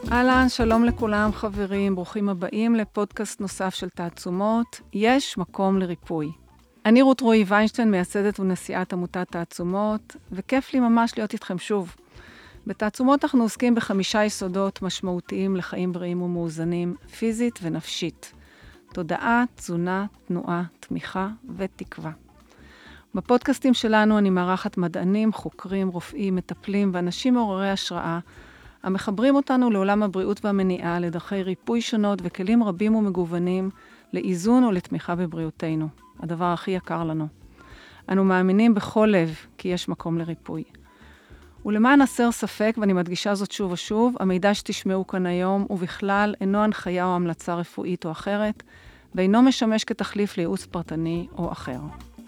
אהלן, שלום לכולם חברים, ברוכים הבאים לפודקאסט נוסף של תעצומות, יש מקום לריפוי. אני רות רועי ויינשטיין, מייסדת ונשיאת עמותת תעצומות, וכיף לי ממש להיות איתכם שוב. בתעצומות אנחנו עוסקים ב5 יסודות משמעותיים לחיים בריאים ומאוזנים, פיזית ונפשית. תודעה, תזונה, תנועה, תמיכה ותקווה. בפודקאסטים שלנו אני מארחת מדענים, חוקרים, רופאים, מטפלים ואנשים מעוררי השראה, המחברים אותנו לעולם הבריאות והמניעה, לדרכי ריפוי שונות וכלים רבים ומגוונים לאיזון ולתמיכה בבריאותנו, הדבר הכי יקר לנו. אנו מאמינים בכל לב כי יש מקום לריפוי. ולמען הסר ספק, ואני מדגישה זאת שוב ושוב, המידע שתשמעו כאן היום ובכלל אינו הנחיה או המלצה רפואית או אחרת, ואינו משמש כתחליף לייעוץ פרטני או אחר.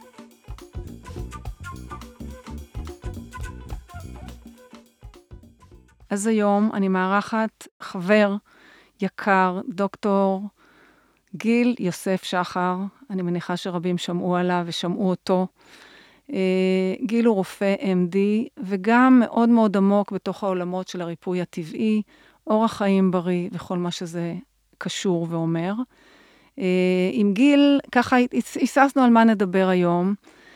אז היום אני מארחת חבר יקר, דוקטור גיל יוסף שחר. אני מניחה שרבים שמעו עליו ושמעו אותו. גיל הוא רופא MD, וגם מאוד מאוד עמוק בתוך העולמות של הריפוי הטבעי, אורח חיים בריא וכל מה שזה קשור ואומר. עם גיל, ככה היססנו על מה נדבר היום,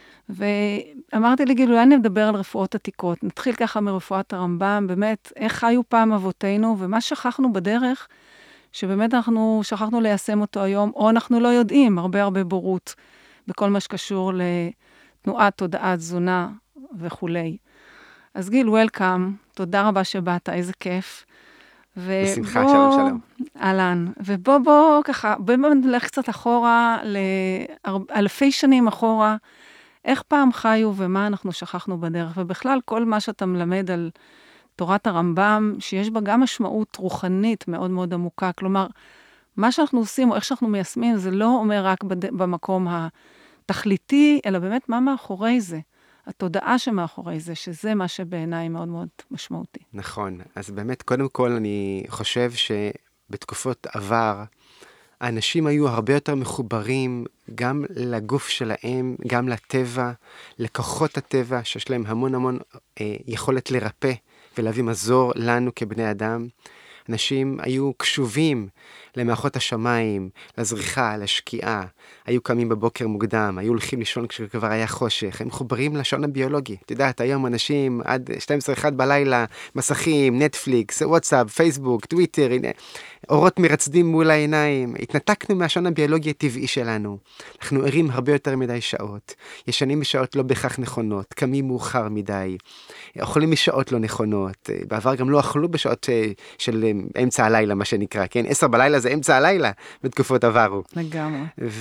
ואמרתי לי, גיל, אולי נדבר על רפואות עתיקות. נתחיל ככה מרפואת הרמב"ם, באמת, איך חיו פעם אבותינו, ומה שכחנו בדרך, שבאמת אנחנו שכחנו ליישם אותו היום, או אנחנו לא יודעים, הרבה בורות, בכל מה שקשור לתנועה, תודעה, תזונה וכו'. אז גיל, וולקאם, תודה רבה שבאת, איזה כיף. בשמחה, שלום. אהלן, ובוא ככה, בוא נלך קצת אחורה, לאלפי שנים אחורה, איך פעם חיו ומה אנחנו שכחנו בדרך, ובכלל כל מה שאתה מלמד על תורת הרמב"ם, שיש בה גם משמעות רוחנית מאוד מאוד עמוקה, כלומר, מה שאנחנו עושים או איך שאנחנו מיישמים, זה לא אומר רק במקום התכליתי, אלא באמת מה מאחורי זה, התודעה שמאחורי זה, שזה מה שבעיניי מאוד מאוד משמעותי. נכון, אז באמת קודם כל אני חושב שבתקופות עבר, האנשים היו הרבה יותר מחוברים גם לגוף שלהם, גם לטבע, לכוחות הטבע, שיש להם המון יכולת לרפא ולהביא מזור לנו כבני אדם. אנשים היו קשובים למערכות השמיים, לזריחה, לשקיעה, היו קמים בבוקר מוקדם, היו הולכים לישון כשכבר היה חושך, הם מחוברים לשעון הביולוגי. את יודעת, היום אנשים עד 12-1 בלילה, מסכים, נטפליקס, וואטסאפ, פייסבוק, טוויטר, הנה, אורות מרצדים מול העיניים. התנתקנו מהשעון הביולוגי הטבעי שלנו. אנחנו ערים הרבה יותר מדי שעות. ישנים בשעות לא בהכרח נכונות, קמים מאוחר מדי, אוכלים משעות לא נכונות. בעבר גם לא אכלו בשעות של אמצע הלילה, מה שנקרא, כן? 10 בלילה זה אמצע הלילה בתקופות עברו. לגמרי.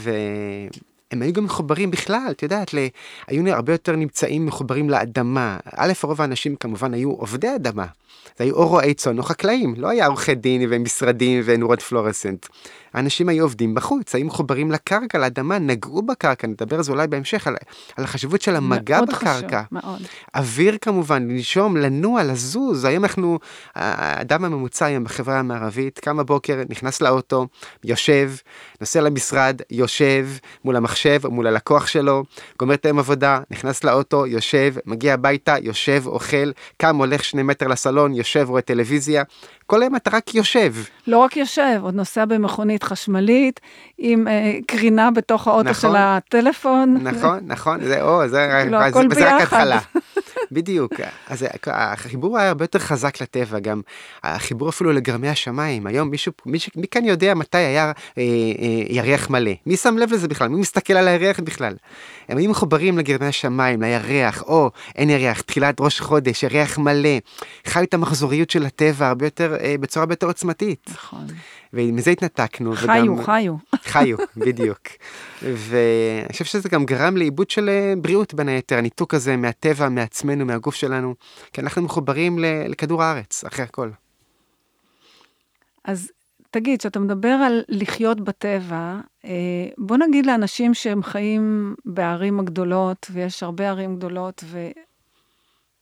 הם היו גם מחוברים בכלל, את יודעת, היו הרבה יותר נמצאים מחוברים לאדמה. א', רוב האנשים כמובן היו עובדי אדמה. זה היו או רועי צאן או חקלאים, לא היה עורכי דין ומשרדים ונורות פלורסנט. האנשים היו עובדים בחוץ, היו מחוברים לקרקע, לאדמה, נגעו בקרקע, נדבר על זה אולי בהמשך, על החשיבות של המגע בקרקע. מאוד. אוויר כמובן, לנשום, לנוע, לזוז. היום האדם הממוצע היום בחברה המערבית, קם בבוקר, נכנס לאוטו, יושב, נוסע למשרד, יושב מול המחשב, מול הלקוח שלו, גומר את היום עבודה, נכנס לאוטו, יושב, מגיע הביתה, יושב, אוכל, קם, הולך 2 מטר לסלון, יושב, רואה טלוויזיה. כל היום אתה רק יושב. לא רק יושב, עוד נוסע במכונית חשמלית, עם קרינה בתוך האוטו נכון, של הטלפון. נכון, זה רק התחלה. בדיוק, אז החיבור היה הרבה יותר חזק לטבע, גם החיבור אפילו לגרמי השמיים. היום מי כאן יודע מתי היה ירח מלא? מי שם לב לזה בכלל? מי מסתכל על הירח בכלל? הם היו מחוברים לגרמי השמיים, לירח, או אין ירח, תחילת ראש חודש, ירח מלא, חיו את המחזוריות של הטבע הרבה יותר, בצורה הרבה יותר עוצמתית. נכון. ומזה התנתקנו. חיו, בדיוק. ואני חושב שזה גם גרם לאיבוד של בריאות בין היתר, הניתוק הזה מהטבע, מעצמנו, מהגוף שלנו, כי אנחנו מחוברים לכדור הארץ, אחרי הכל. אז תגיד, שאתה מדבר על לחיות בטבע, בוא נגיד לאנשים שהם חיים בערים הגדולות, ויש הרבה ערים גדולות,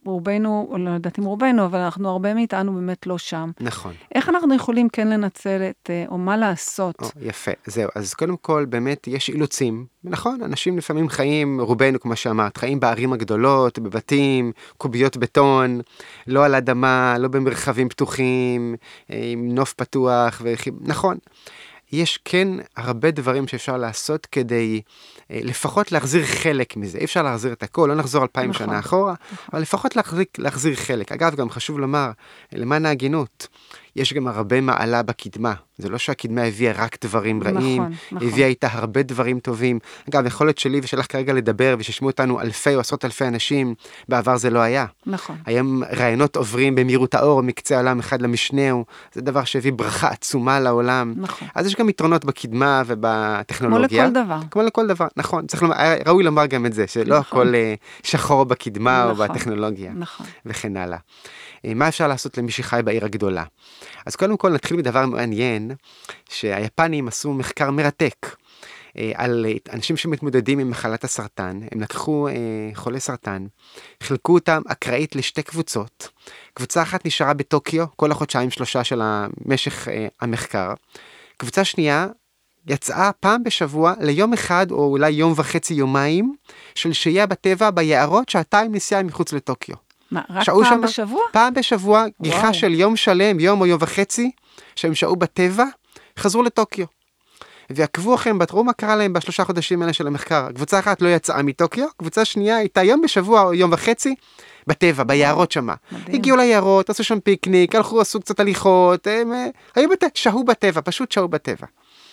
רובנו, או לא יודעת אם רובנו, אבל אנחנו הרבה מאיתנו באמת לא שם. נכון. איך אנחנו יכולים כן לנצל או מה לעשות? יפה, זהו. אז קודם כל, באמת יש אילוצים. נכון, אנשים לפעמים חיים, רובנו, כמו שאמרת, חיים בערים הגדולות, בבתים, קוביות בטון, לא על אדמה, לא במרחבים פתוחים, עם נוף פתוח, נכון. יש כן הרבה דברים שאפשר לעשות כדי לפחות להחזיר חלק מזה. אי אפשר להחזיר את הכל, לא נחזור 2000 שנה אחורה, אבל לפחות להחזיר חלק. אגב, גם חשוב לומר, למען ההגינות, יש גם הרבה מעלה בקדמה. זה לא שהקדמה הביאה רק דברים רעים, הביאה איתה הרבה דברים טובים. אגב, יכולת שלי ושלך כרגע לדבר, וששמעו אותנו אלפי או עשרות אלפי אנשים, בעבר זה לא היה. נכון. היום רעיונות עוברים במהירות האור, מקצה העולם אחד למשנהו, זה דבר שהביא ברכה עצומה לעולם. נכון. אז יש גם יתרונות בקדמה ובטכנולוגיה. כמו לכל דבר. כמו לכל דבר, נכון. ראוי לומר גם את זה, שלא הכל שחור בקדמה או בטכנולוגיה. נכון. וכן הלאה. מה אפשר לעשות למי שחי בעיר הגדולה? אז קודם כל נתחיל מדבר מעניין, שהיפנים עשו מחקר מרתק על אנשים שמתמודדים עם מחלת הסרטן. הם לקחו חולי סרטן, חילקו אותם אקראית לשתי קבוצות. קבוצה אחת נשארה בטוקיו, כל החודשיים-שלושה של משך המחקר. קבוצה שנייה יצאה פעם בשבוע ליום אחד או אולי יום וחצי, יומיים, של שהייה בטבע ביערות, שעתיים נסיעה מחוץ לטוקיו. מה, רק פעם בשבוע? פעם בשבוע, גיחה של יום שלם, יום או יום וחצי, שהם שהו בטבע, חזרו לטוקיו. ועקבו אחריהם, תראו מה קרה להם בשלושה חודשים האלה של המחקר. קבוצה אחת לא יצאה מטוקיו, קבוצה שנייה הייתה יום בשבוע או יום וחצי, בטבע, ביערות שמה. הגיעו ליערות, עשו שם פיקניק, הלכו, עשו קצת הליכות, הם שהו בטבע, פשוט שהו בטבע.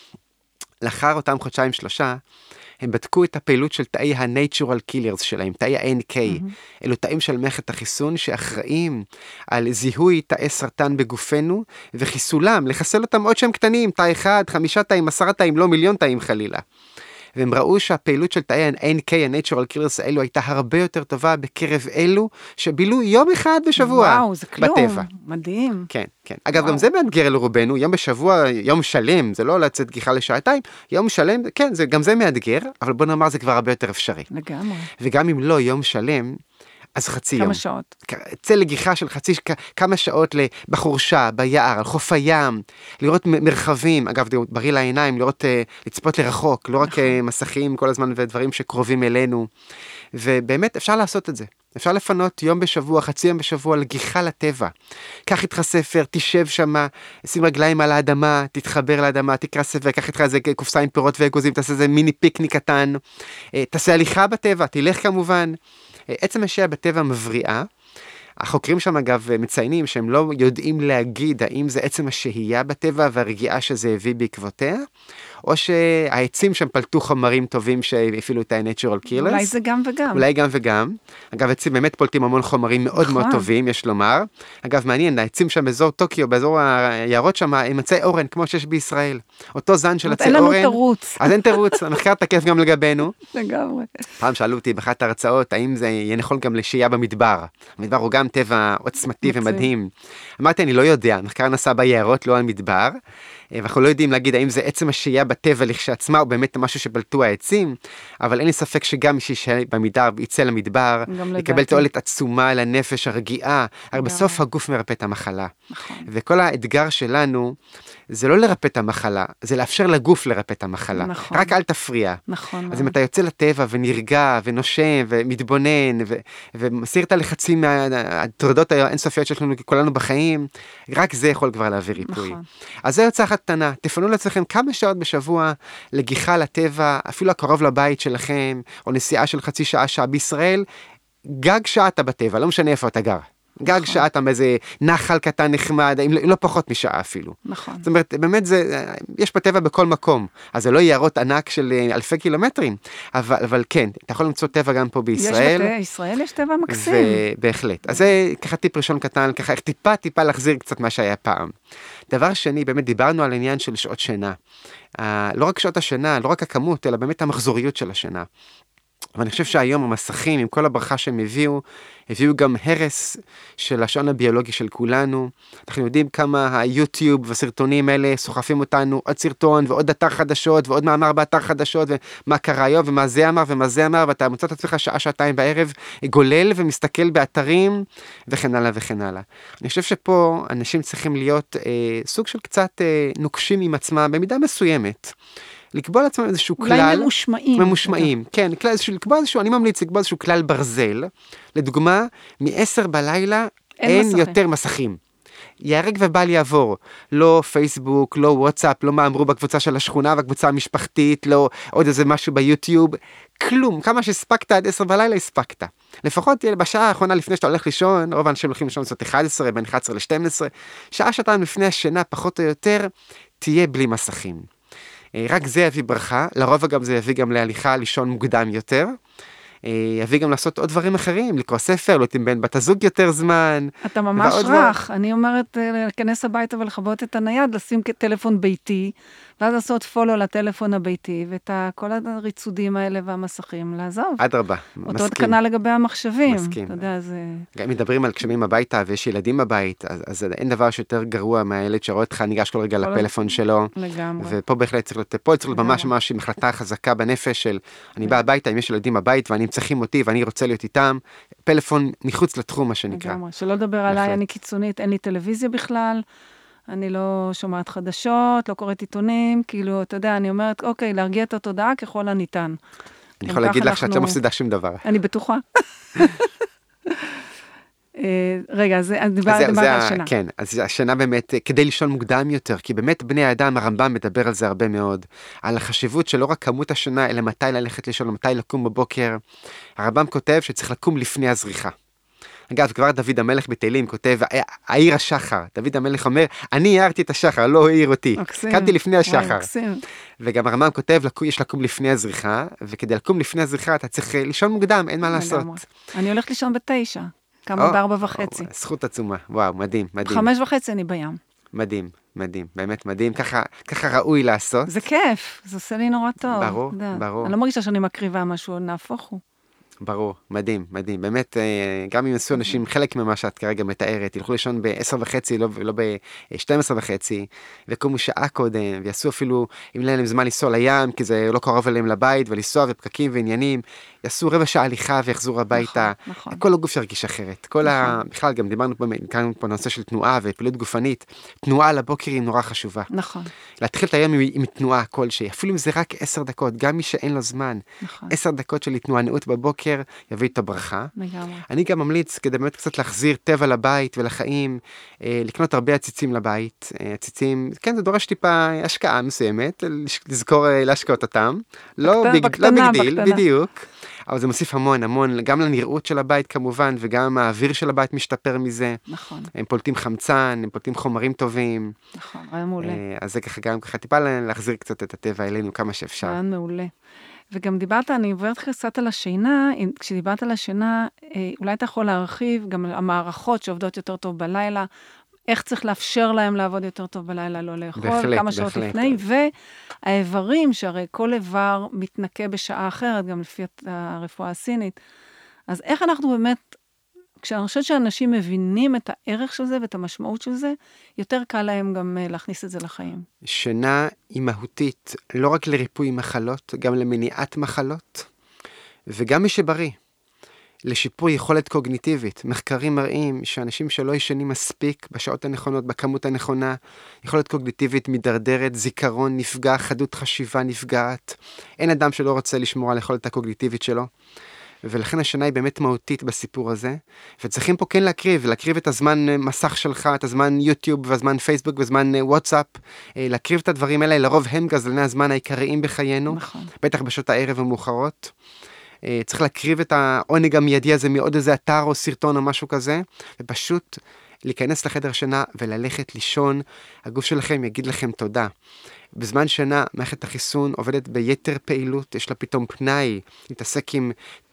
לאחר אותם חודשיים-שלושה, הם בדקו את הפעילות של תאי ה-natural killers שלהם, תאי ה-NK, אלו תאים של מערכת החיסון שאחראים על זיהוי תאי סרטן בגופנו, וחיסולם, לחסל אותם עוד שהם קטנים, תאי 1, 5 תאים, 10 תאים, לא מיליון תאים חלילה. והם ראו שהפעילות של תאי ה-NK, ה-natural killers האלו, הייתה הרבה יותר טובה בקרב אלו שבילו יום אחד בשבוע. וואו, זה כלום, בטבע. מדהים. כן, כן. אגב, גם זה מאתגר לרובנו, יום בשבוע, יום שלם, זה לא לצאת גיחה לשעתיים, יום שלם, כן, גם זה מאתגר, אבל בוא נאמר, זה כבר הרבה יותר אפשרי. לגמרי. וגם אם לא יום שלם, אז חצי יום. כמה שעות. צא לגיחה של כמה שעות בחורשה, ביער, על חוף הים, לראות מרחבים, אגב, בריא לעיניים, לצפות לרחוק, לא רק מסכים כל הזמן ודברים שקרובים אלינו, ובאמת אפשר לעשות את זה. אפשר לפנות יום בשבוע, חצי יום בשבוע, לגיחה לטבע. קח איתך ספר, תשב שמה, שים רגליים על האדמה, תתחבר לאדמה, תקרא ספר, קח איתך איזה קופסה עם פירות ואגוזים, תעשה איזה מיני פיקניק קטן, תעשה הליכה בטבע, תלך כמובן. עצם השהייה בטבע מבריאה. החוקרים שם אגב מציינים שהם לא יודעים להגיד האם זה עצם השהייה בטבע והרגיעה שזה הביא בעקבותיה, או שהעצים שם פלטו חומרים טובים שהפעילו את ה-natural killers. אולי זה גם וגם. אולי גם וגם. אגב, עצים באמת פולטים המון חומרים מאוד מאוד טובים, יש לומר. אגב, מעניין, העצים שם באזור טוקיו, באזור היערות שם, הם עצי אורן, כמו שיש בישראל. אותו זן של עצי אורן. אין לנו תירוץ. אז אין תירוץ, המחקר תקף גם לגבינו. לגמרי. פעם שאלו אותי באחת ההרצאות, האם זה יהיה נכון גם לשהייה במדבר. המדבר הוא גם טבע עוצמתי ומדהים. אמרתי, אני לא יודע, המחקר נעשה ביערות, לא על מדבר. ואנחנו לא יודעים להגיד האם זה עצם השהייה בטבע לכשעצמה, או באמת משהו שבלטו העצים, אבל אין לי ספק שגם מי שישהה במדבר, יצא למדבר, יקבל תועלת עצומה לנפש, הרגיעה, הרי בסוף הגוף מרפא את המחלה. וכל האתגר שלנו, זה לא לרפא את המחלה, זה לאפשר לגוף לרפא את המחלה. רק אל תפריע. אז אם אתה יוצא לטבע ונרגע ונושם ומתבונן ומסיר את הלחצים מהטרדות האינסופיות שיש לנו כולנו בחיים, רק זה יכול כבר להביא ריפוי. אז זה יוצא אחת קטנה, תפנו לעצמכם כמה שעות בשבוע לגיחה לטבע, אפילו הקרוב לבית שלכם, או נסיעה של חצי שעה בישראל, גג שעה אתה בטבע, לא משנה איפה אתה גר. גג שעה אתה מאיזה נחל קטן נחמד, לא פחות משעה אפילו. נכון. זאת אומרת, באמת יש בטבע בכל מקום, אז זה לא יערות ענק של אלפי קילומטרים, אבל כן, אתה יכול למצוא טבע גם פה בישראל. בישראל יש טבע מקסים. בהחלט. אז זה ככה טיפ ראשון קטן, ככה איך טיפה להחזיר קצת מה שהיה פעם. דבר שני, באמת דיברנו על עניין של שעות שינה. לא רק שעות השינה, לא רק הכמות, אלא באמת המחזוריות של השינה. ואני חושב שהיום המסכים, עם כל הברכה שהם הביאו גם הרס של השעון הביולוגי של כולנו. אנחנו יודעים כמה היוטיוב והסרטונים האלה סוחפים אותנו עוד סרטון ועוד אתר חדשות ועוד מאמר באתר חדשות, ומה קרה היום ומה זה אמר ומה זה אמר, ואתה מוצא את עצמך שעה, שעתיים בערב גולל ומסתכל באתרים וכן הלאה וכן הלאה. אני חושב שפה אנשים צריכים להיות סוג של קצת נוקשים עם עצמם במידה מסוימת. לקבוע לעצמם איזשהו כלל... אולי ממושמעים. כן, אני ממליץ לקבוע איזשהו כלל ברזל. לדוגמה, מ-10 בלילה אין יותר מסכים. יהרג ובל יעבור. לא פייסבוק, לא וואטסאפ, לא מה אמרו בקבוצה של השכונה והקבוצה המשפחתית, לא עוד איזה משהו ביוטיוב. כלום. כמה שהספקת עד 10 בלילה, הספקת. לפחות בשעה האחרונה לפני שאתה הולך לישון, רוב האנשים הולכים לישון בסביבות 11, בין 11 ל-12, שעה שעתיים לפני השינה, פחות או יותר, תהיה בלי מסכים. רק זה יביא ברכה, לרוב גם זה יביא גם להליכה לישון מוקדם יותר, יביא גם לעשות עוד דברים אחרים, לקרוא ספר, להיות עם בן בת הזוג יותר זמן. אתה ממש רך, אני אומרת להיכנס הביתה ולחבות את הנייד, לשים טלפון ביתי, ואז לעשות פולו לטלפון הביתי, ואת כל הריצודים האלה והמסכים לעזוב. אדרבה, מסכים. אותו התקנה לגבי המחשבים. מסכים. אתה יודע, זה... גם מדברים על כשמים הביתה ויש ילדים בבית, אז אין דבר שיותר גרוע מהילד שרואה אותך ניגש כל רגע לפלאפון שלו. לגמרי. ופה בהחלט צריך להיות ממש עם החלטה חזקה בנפש של, אני בא הביתה, אם יש ילדים בבית ואני צריכים אותי ואני רוצה להיות איתם, פלאפון מחוץ לתחום מה שנקרא. לגמרי. שלא לדבר עליי, אני קיצונית, אין לי טלוויזיה בכלל, אני לא שומעת חדשות, לא קוראת עיתונים, כאילו, אתה יודע, אני אומרת, אוקיי, להרגיע את התודעה ככל הניתן. אני יכול להגיד לך שאת לא מפסידה שום דבר. אני בטוחה. רגע, אז דיברתי על שינה. כן, אז השינה באמת, כדי לישון מוקדם יותר, כי באמת בני האדם, הרמב"ם מדבר על זה הרבה מאוד, על החשיבות של לא רק כמות השינה, אלא מתי ללכת לישון, מתי לקום בבוקר. הרמב"ם כותב שצריך לקום לפני הזריחה. אגב, כבר דוד המלך בתהילים כותב, העיר השחר. דוד המלך אומר, אני הערתי את השחר, לא העיר אותי. קמתי לפני השחר. וגם הרמב"ם כותב, יש לקום לפני הזריחה, וכדי לקום לפני הזריחה, אתה צריך לישון מוקדם, אין מה לעשות. אני הולכת לישון ב9, כמה ב4:30. זכות עצומה, וואו, מדהים, מדהים. 5:30 אני בים. מדהים, מדהים, באמת מדהים, ככה ראוי לעשות. זה כיף, זה עושה לי נורא טוב. ברור, ברור. אני לא מרגישה שאני מקריבה משהו, נהפוך הוא. ברור, מדהים, מדהים. באמת, גם אם יעשו אנשים, חלק ממה שאת כרגע מתארת, ילכו לישון ב10:30, לא ב12:30, וקומו שעה קודם, ויעשו אפילו, אם אין להם זמן לנסוע לים, כי זה לא קרוב אליהם לבית, ולנסוע ופקקים ועניינים, יעשו רבע שעה הליכה ויחזרו הביתה. נכון. כל הגוף ירגיש אחרת. בכלל, גם דיברנו פה נושא של תנועה ופעילות גופנית. תנועה לבוקר היא נורא חשובה. נכון. להתחיל את היום עם תנועה כלשהי, אפילו אם זה רק 10 דקות, גם מי שאין לו זמן. נכון. 10 דקות של תנוענות בבוקר יביא את הברכה. לגמרי. אני גם ממליץ, כדי באמת קצת להחזיר טבע לבית ולחיים, לקנות הרבה עציצים לבית. עציצים, כן, זה דורש טיפה השקעה מסוימת, לזכור להשקעות אותם. לא ביג דיל, בדיוק. אבל זה מוסיף המון, גם לנראות של הבית כמובן, וגם האוויר של הבית משתפר מזה. נכון. הם פולטים חמצן, הם פולטים חומרים טובים. נכון, רעיון מעולה. אז זה גם ככה טיפה להחזיר קצת את הטבע אלינו כמה שאפשר. רעיון מעולה. וגם דיברת, אני עוברת קצת על השינה, כשדיברת על השינה, אולי אתה יכול להרחיב גם על המערכות שעובדות יותר טוב בלילה, איך צריך לאפשר להם לעבוד יותר טוב בלילה, לא לאכול, כמה שעות לפני, והאיברים, שהרי כל איבר מתנקה בשעה אחרת, גם לפי הרפואה הסינית. אז איך אנחנו באמת, כשאני חושבת שאנשים מבינים את הערך של זה ואת המשמעות של זה, יותר קל להם גם להכניס את זה לחיים. שינה היא מהותית, לא רק לריפוי מחלות, גם למניעת מחלות, וגם מי שבריא. לשיפור יכולת קוגניטיבית. מחקרים מראים שאנשים שלא ישנים מספיק בשעות הנכונות, בכמות הנכונה, יכולת קוגניטיבית מדרדרת, זיכרון נפגע, חדות חשיבה נפגעת. אין אדם שלא רוצה לשמור על יכולת הקוגניטיבית שלו. ולכן השינה היא באמת מהותית בסיפור הזה. וצריכים פה כן להקריב את הזמן מסך שלך, את הזמן יוטיוב והזמן פייסבוק והזמן וואטסאפ. להקריב את הדברים האלה, לרוב הם גזלני הזמן העיקריים בחיינו. נכון. בטח בשעות הערב המאוחרות. צריך להקריב את העונג המיידי הזה מעוד איזה אתר או סרטון או משהו כזה, ופשוט להיכנס לחדר שינה וללכת לישון. הגוף שלכם יגיד לכם תודה. בזמן שינה, מערכת החיסון עובדת ביתר פעילות, יש לה פתאום פנאי, להתעסק עם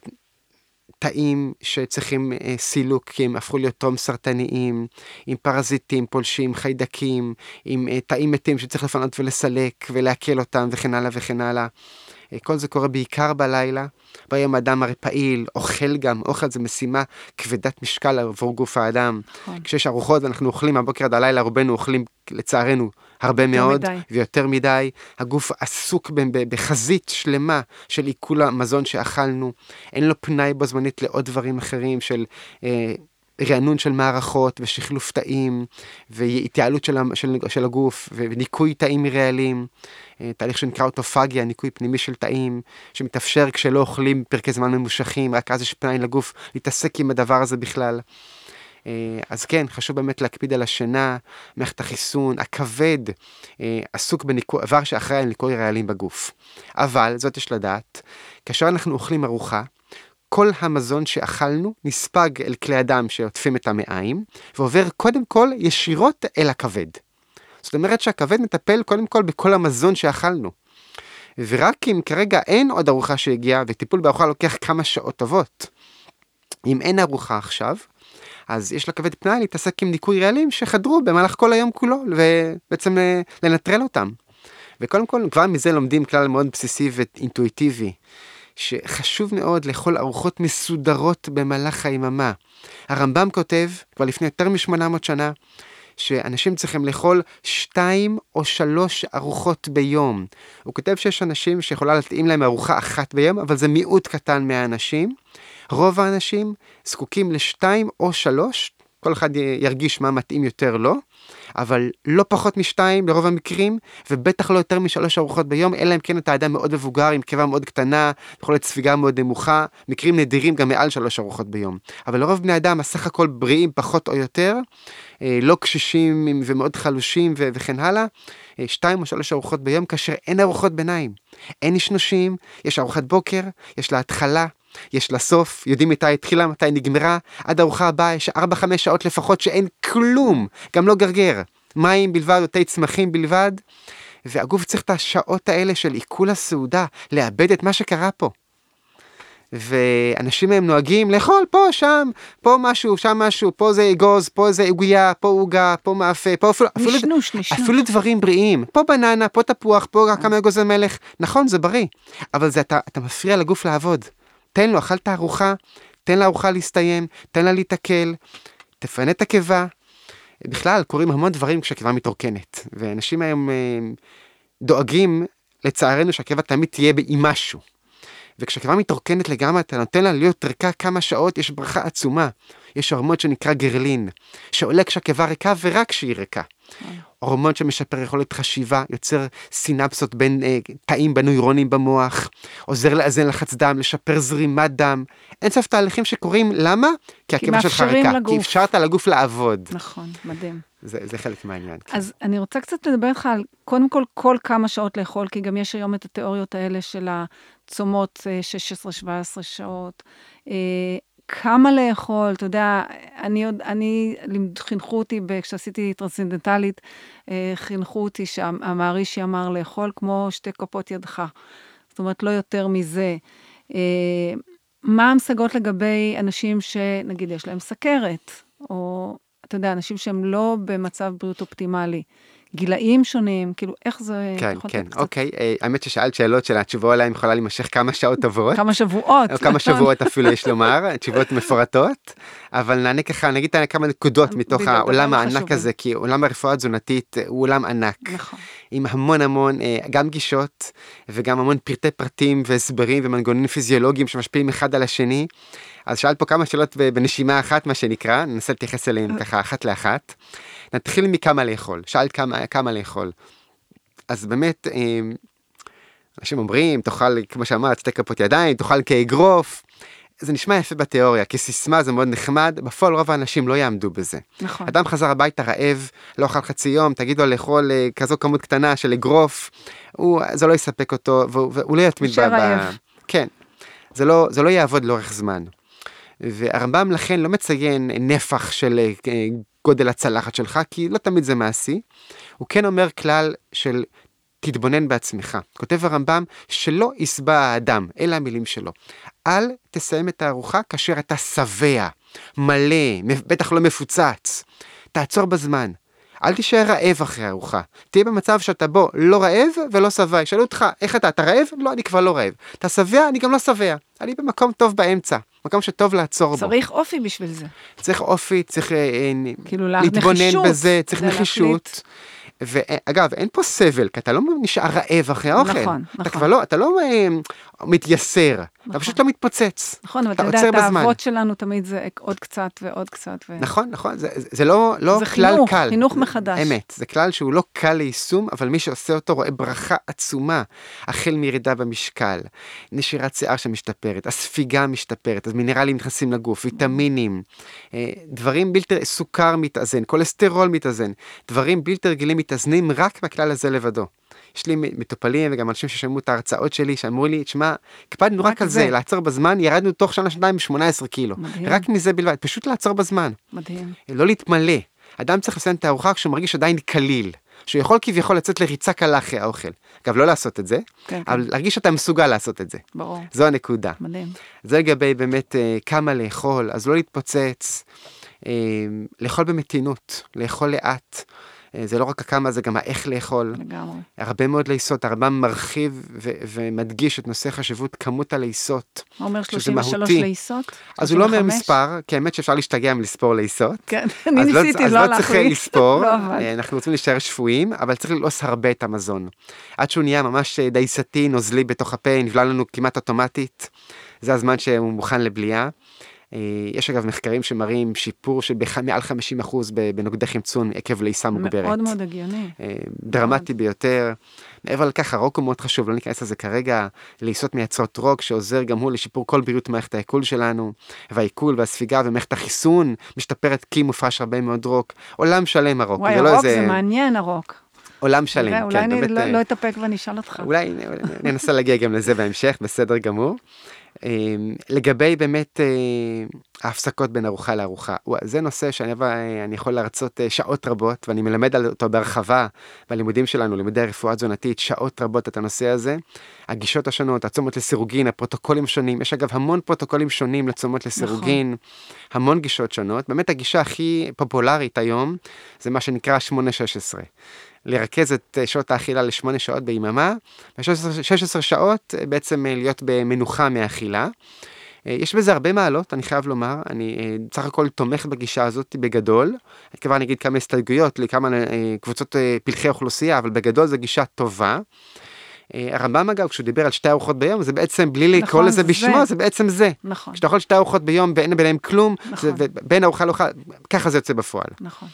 תאים שצריכים סילוק, כי הם הפכו להיות טרום סרטניים, עם פרזיטים, פולשים, חיידקים, עם תאים מתים שצריך לפנות ולסלק ולהקל אותם וכן הלאה וכן הלאה. כל זה קורה בעיקר בלילה. ביום האדם הרי פעיל, אוכל גם, אוכל זה משימה כבדת משקל עבור גוף האדם. נכון. כשיש ארוחות ואנחנו אוכלים הבוקר עד הלילה, רובנו אוכלים לצערנו הרבה מאוד מדי. ויותר מדי. הגוף עסוק בחזית שלמה של עיכול המזון שאכלנו. אין לו פנאי בו זמנית לעוד דברים אחרים של רענון של מערכות ושחלוף תאים והתייעלות של הגוף וניקוי תאים מרעלים. תהליך שנקרא אוטופגיה, ניקוי פנימי של תאים, שמתאפשר כשלא אוכלים פרקי זמן ממושכים, רק אז יש פנאי לגוף להתעסק עם הדבר הזה בכלל. אז כן, חשוב באמת להקפיד על השינה, מערכת החיסון, הכבד, עסוק בניקוי, עבר שאחראי על ניקוי רעלים בגוף. אבל, זאת יש לדעת, כאשר אנחנו אוכלים ארוחה, כל המזון שאכלנו נספג אל כלי הדם שעוטפים את המעיים, ועובר קודם כל ישירות אל הכבד. זאת אומרת שהכבד מטפל קודם כל בכל המזון שאכלנו. ורק אם כרגע אין עוד ארוחה שהגיעה, וטיפול בארוחה לוקח כמה שעות טובות. אם אין ארוחה עכשיו, אז יש לכבד פנאי להתעסק עם ניקוי רעלים שחדרו במהלך כל היום כולו, ובעצם לנטרל אותם. וקודם כל, כבר מזה לומדים כלל מאוד בסיסי ואינטואיטיבי, שחשוב מאוד לאכול ארוחות מסודרות במהלך היממה. הרמב"ם כותב, כבר לפני יותר מ-800 שנה, שאנשים צריכים לאכול 2 או 3 ארוחות ביום. הוא כותב שיש אנשים שיכולה להתאים להם ארוחה אחת ביום, אבל זה מיעוט קטן מהאנשים. רוב האנשים זקוקים ל2 או 3, כל אחד ירגיש מה מתאים יותר לו, אבל לא פחות מ2 לרוב המקרים, ובטח לא יותר מ3 ארוחות ביום, אלא אם כן אתה אדם מאוד מבוגר, עם קיבה מאוד קטנה, יכולת ספיגה מאוד נמוכה, מקרים נדירים גם מעל 3 ארוחות ביום. אבל לרוב בני אדם, הסך הכל בריאים פחות או יותר, לא קשישים ומאוד חלושים וכן הלאה, 2 או 3 ארוחות ביום, כאשר אין ארוחות ביניים. אין נשנושים, יש ארוחת בוקר, יש לה התחלה, יש לה סוף, יודעים מתי התחילה, מתי נגמרה, עד ארוחה הבאה יש 4-5 שעות לפחות שאין כלום, גם לא גרגר, מים בלבד או תי צמחים בלבד, והגוף צריך את השעות האלה של עיכול הסעודה, לאבד את מה שקרה פה. ואנשים מהם נוהגים לאכול פה, שם, פה משהו, שם משהו, פה זה אגוז, פה זה עוגיה, פה עוגה, פה מאפה, פה אפילו דברים בריאים, פה בננה, פה תפוח, פה כמה אגוזי מלך, נכון, זה בריא, אבל זה אתה מפריע לגוף לעבוד. תן לו, אכלת ארוחה, תן לארוחה להסתיים, תן לה להתעכל, תפנה את הקיבה. בכלל, קוראים המון דברים כשהקיבה מתרוקנת, ואנשים היום דואגים, לצערנו, שהקיבה תמיד תהיה עם משהו. וכשהקיבה מתרוקנת לגמרי, אתה נותן לה להיות ריקה כמה שעות, יש ברכה עצומה. יש הורמון שנקרא גרלין, שעולה כשהקיבה ריקה ורק כשהיא ריקה. הורמון שמשפר יכולת חשיבה, יוצר סינפסות בין תאים בנוירונים במוח, עוזר לאזן לחץ דם, לשפר זרימת דם. אין סוף תהליכים שקורים, למה? כי הקיבה שלך ריקה, כי אפשרת לגוף לעבוד. נכון, מדהים. זה חלק מהעניין. אז אני רוצה קצת לדבר לך על, קודם כל כמה שעות לאכול, כי גם יש היום את התיאוריות האלה של הצומות 16-17 שעות, כמה לאכול, אתה יודע, חינכו אותי, כשעשיתי טרנסצנדנטלית, חינכו אותי שהמערישי אמר לאכול כמו 2 כפות ידך. זאת אומרת, לא יותר מזה. מה המשגות לגבי אנשים שנגיד יש להם סכרת, או אתה יודע, אנשים שהם לא במצב בריאות אופטימלי, גילאים שונים, כאילו איך זה... כן, כן, אוקיי. האמת ששאלת שאלות של התשובה עליהם יכולה להימשך כמה שעות טובות. כמה שבועות. או כמה שבועות אפילו יש לומר, תשובות מפורטות, אבל נענה ככה, נגיד כמה נקודות מתוך העולם הענק הזה, כי עולם הרפואה התזונתית הוא עולם ענק. נכון. עם המון גם גישות, וגם המון פרטי פרטים והסברים ומנגנונים פיזיולוגיים שמשפיעים אחד על השני. אז שאלת פה כמה שאלות בנשימה אחת, מה שנקרא, ננסה להתייחס אליהם ככה אחת לאחת. נתחיל מכמה לאכול, שאלת כמה לאכול. אז באמת, אנשים אומרים, תאכל, כמו שאמרת, 2 כפות ידיים, תאכל כאגרוף. זה נשמע יפה בתיאוריה, כסיסמה זה מאוד נחמד, בפועל רוב האנשים לא יעמדו בזה. נכון. אדם חזר הביתה רעב, לא אכל חצי יום, תגידו לו לאכול כזו כמות קטנה של אגרוף, זה לא יספק אותו, והוא לא יתמיד כן, זה לא יעבוד לאורך זמן. והרמב"ם לכן לא מציין נפח של גודל הצלחת שלך, כי לא תמיד זה מעשי. הוא כן אומר כלל של תתבונן בעצמך. כותב הרמב"ם שלא יסבע האדם, אלה המילים שלו. אל תסיים את הארוחה כאשר אתה שבע, מלא, בטח לא מפוצץ. תעצור בזמן. אל תישאר רעב אחרי ארוחה. תהיה במצב שאתה בו לא רעב ולא שבע. ישאלו אותך, איך אתה רעב? לא, אני כבר לא רעב. אתה שבע? אני גם לא שבע. אני במקום טוב באמצע. מקום שטוב לעצור בו. צריך אופי בשביל זה. צריך אופי, צריך כאילו להתבונן בזה, צריך נחישות. ואגב, אין פה סבל, כי אתה לא נשאר רעב אחרי האוכל. נכון, אתה לא מתייסר, אתה פשוט לא מתפוצץ. נכון, אבל אתה יודע, את האהבות שלנו תמיד זה עוד קצת ועוד קצת. נכון, זה לא כלל קל. זה חינוך מחדש. אמת, זה כלל שהוא לא קל ליישום, אבל מי שעושה אותו רואה ברכה עצומה, החל מירידה במשקל, נשירת שיער שמשתפרת, הספיגה משתפרת, אז מינרלים נכנסים לגוף, ויטמינים, דברים בלתי, סוכר מתאזן, כולסטרול מתאזן, דברים בלתי רגילים מתאזנים רק מהכלל הזה לבדו. יש לי מטופלים וגם אנשים ששמעו את ההרצאות שלי, שאמרו לי, תשמע, הקפדנו רק על זה, לעצור בזמן, ירדנו תוך שנה-שנתיים 18 קילו. מדהים. רק מזה בלבד, פשוט לעצור בזמן. מדהים. לא להתמלא. אדם צריך לסיים את הארוחה כשהוא מרגיש עדיין קליל, שהוא יכול כביכול לצאת לריצה קלה אחרי האוכל. אגב, לא לעשות את זה, אבל להרגיש שאתה מסוגל לעשות את זה. ברור. זו הנקודה. מדהים. זה לגבי באמת כמה לאכול, אז לא להתפוצץ, לאכול במתינות, לאכול לאט. זה לא רק כמה, זה גם איך לאכול. לגמרי. הרבה מאוד לעיסות, הרמב"ם מרחיב ומדגיש את נושא חשיבות כמות הלעיסות. הוא אומר 33 לעיסות? אז הוא לא אומר מספר, כי האמת שאפשר להשתגע מלספור לעיסות. כן, אני ניסיתי, לא אז לא צריך לספור, לא אנחנו רוצים להישאר שפויים, אבל צריך ללעוס הרבה את המזון. עד שהוא נהיה ממש דייסתי, נוזלי בתוך הפה, נבלע לנו כמעט אוטומטית. זה הזמן שהוא מוכן לבליעה. יש אגב מחקרים שמראים שיפור של מעל 50% בנוגדי חמצון עקב לעיסה מוגברת. מאוד מאוד הגיוני. דרמטי ביותר. מעבר לכך, הרוק הוא מאוד חשוב, לא ניכנס לזה כרגע, לעיסות מייצרות רוק, שעוזר גם הוא לשיפור כל בריאות מערכת העיכול שלנו, והעיכול והספיגה ומערכת החיסון, משתפרת כי מופרש הרבה מאוד רוק. עולם שלם הרוק. וואי, הרוק זה מעניין הרוק. עולם שלם. אולי אני לא אתאפק ואני אשאל אותך. אולי ננסה להגיע גם לזה בהמשך, בסדר גמור. לגבי באמת ההפסקות בין ארוחה לארוחה, זה נושא שאני יכול להרצות שעות רבות, ואני מלמד על אותו בהרחבה בלימודים שלנו, לימודי הרפואה תזונתית, שעות רבות את הנושא הזה, הגישות השונות, הצומות לסירוגין, הפרוטוקולים שונים, יש אגב המון פרוטוקולים שונים לצומות לסירוגין, נכון. המון גישות שונות, באמת הגישה הכי פופולרית היום, זה מה שנקרא 8-16. לרכז את שעות האכילה ל8 שעות ביממה, ו16 שעות בעצם להיות במנוחה מהאכילה. יש בזה הרבה מעלות, אני חייב לומר, אני בסך הכל תומך בגישה הזאת בגדול, כבר אני אגיד כמה הסתייגויות לכמה קבוצות פלחי אוכלוסייה, אבל בגדול זו גישה טובה. הרמב"ם אגב, כשהוא דיבר על 2 ארוחות ביום, זה בעצם בלי לקרוא לזה בשמו, זה בעצם זה. נכון. כשאתה אוכל 2 ארוחות ביום, אין ביניהם כלום, בין ארוחה לארוחה, ככה זה יוצא בפועל. נכון.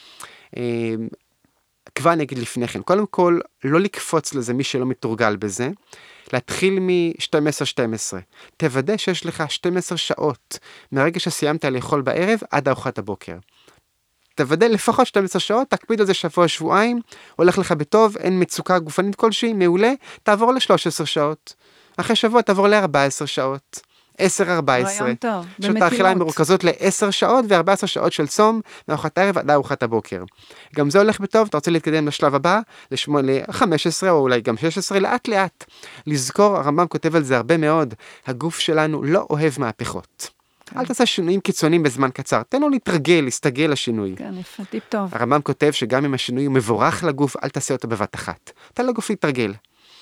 כבר אני אגיד לפני כן, קודם כל, לא לקפוץ לזה מי שלא מתורגל בזה, להתחיל מ-12-12. תוודא שיש לך 12 שעות מהרגע שסיימת לאכול בערב עד ארוחת הבוקר. תוודא לפחות 12 שעות, תקפיד על זה שבוע-שבועיים, הולך לך בטוב, אין מצוקה גופנית כלשהי, מעולה, תעבור ל-13 שעות. אחרי שבוע תעבור ל-14 שעות. 10-14. שעות האכילה מרוכזות ל10 שעות ו14 שעות של צום, מארוחת הערב עד ארוחת הבוקר. גם זה הולך בטוב, אתה רוצה להתקדם לשלב הבא, ל-15 או אולי גם 16, לאט לאט. לזכור, הרמב"ם כותב על זה הרבה מאוד, הגוף שלנו לא אוהב מהפכות. אל תעשה שינויים קיצוניים בזמן קצר, תן לו להתרגל, להסתגל לשינוי. כן, יפה, טיפ טוב. הרמב"ם כותב שגם אם השינוי הוא מבורך לגוף, אל תעשה אותו בבת אחת. תן לגוף להתרגל.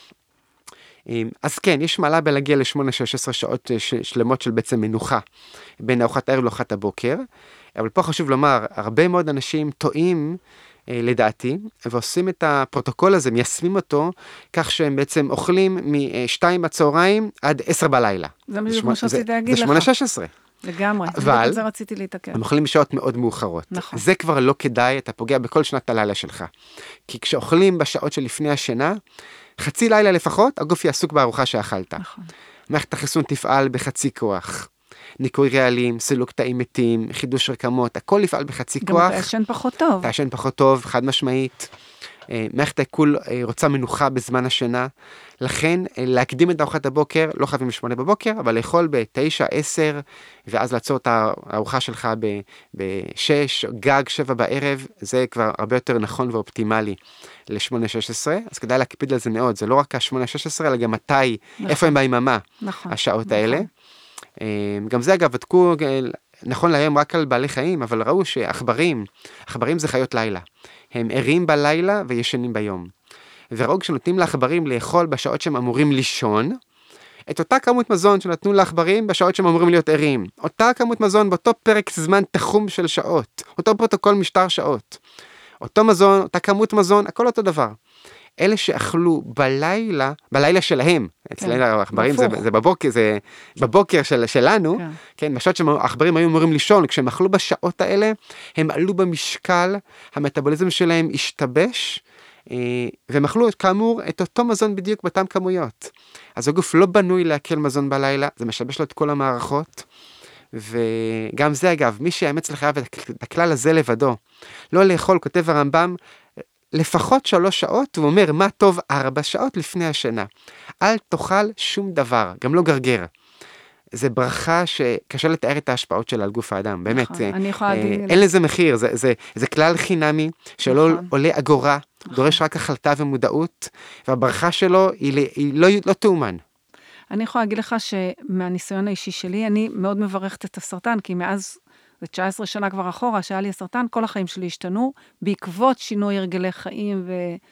אז כן, יש מעלה בלהגיע ל8-16 שעות שלמות של בעצם מנוחה, בין ארוחת הערב לארוחת הבוקר, אבל פה חשוב לומר, הרבה מאוד אנשים טועים, לדעתי, ועושים את הפרוטוקול הזה, מיישמים אותו, כך שהם בעצם אוכלים מ2 בצהריים עד 10 בלילה. זה מה שרציתי להגיד לך. זה 8-16. לגמרי, אבל זה רציתי להתעכב. הם אוכלים בשעות מאוד מאוחרות. נכון. זה כבר לא כדאי, אתה פוגע בכל שנת הלילה שלך. כי כשאוכלים בשעות שלפני השינה, חצי לילה לפחות, הגוף יעסוק בארוחה שאכלת. נכון. מערכת החיסון תפעל בחצי כוח. ניקוי רעלים, סילוק תאים מתים, חידוש רקמות, הכל יפעל בחצי כוח. גם אתה ישן פחות טוב. אתה ישן פחות טוב, חד משמעית. מערכת העיכול רוצה מנוחה בזמן השינה, לכן להקדים את ארוחת הבוקר, לא חייבים 8 בבוקר, אבל לאכול ב9, 10, ואז לעצור את הארוחה שלך ב6, גג 7 בערב, זה כבר הרבה יותר נכון ואופטימלי ל8-16, אז כדאי להקפיד על זה מאוד, זה לא רק ה8-16, אלא גם מתי, נכון. איפה הם ביממה, נכון. השעות נכון. האלה. גם זה אגב, בדקו, נכון להיום רק על בעלי חיים, אבל ראו שעכברים זה חיות לילה. הם ערים בלילה וישנים ביום. וראו כשנותנים לעכברים לאכול בשעות שהם אמורים לישון, את אותה כמות מזון שנתנו לעכברים בשעות שהם אמורים להיות ערים. אותה כמות מזון באותו פרק זמן תחום של שעות. אותו פרוטוקול משטר שעות. אותו מזון, אותה כמות מזון, הכל אותו דבר. אלה שאכלו בלילה שלהם, אצלנו העכברים זה בבוקר, זה בבוקר שלנו, כן, בשעות שהעכברים היו אמורים לישון, כשהם אכלו בשעות האלה, הם עלו במשקל, המטאבוליזם שלהם השתבש, והם אכלו כאמור את אותו מזון בדיוק באותם כמויות. אז הגוף לא בנוי להקל מזון בלילה, זה משבש לו את כל המערכות, וגם זה אגב, מי שיאמץ לחייו את הכלל הזה לבדו, לא לאכול, כותב הרמב"ם, לפחות 3 שעות, הוא אומר מה טוב 4 שעות לפני השינה. אל תאכל שום דבר, גם לא גרגר. זה ברכה שקשה לתאר את ההשפעות שלה על גוף האדם, באמת. אין לזה מחיר, זה כלל חינמי שלא עולה אגורה, דורש רק החלטה ומודעות, והברכה שלו היא לא תאומן. אני יכולה להגיד לך שמהניסיון האישי שלי, אני מאוד מברכת את הסרטן, כי מאז, זה 19 שנה כבר אחורה, שהיה לי הסרטן, כל החיים שלי השתנו, בעקבות שינוי הרגלי חיים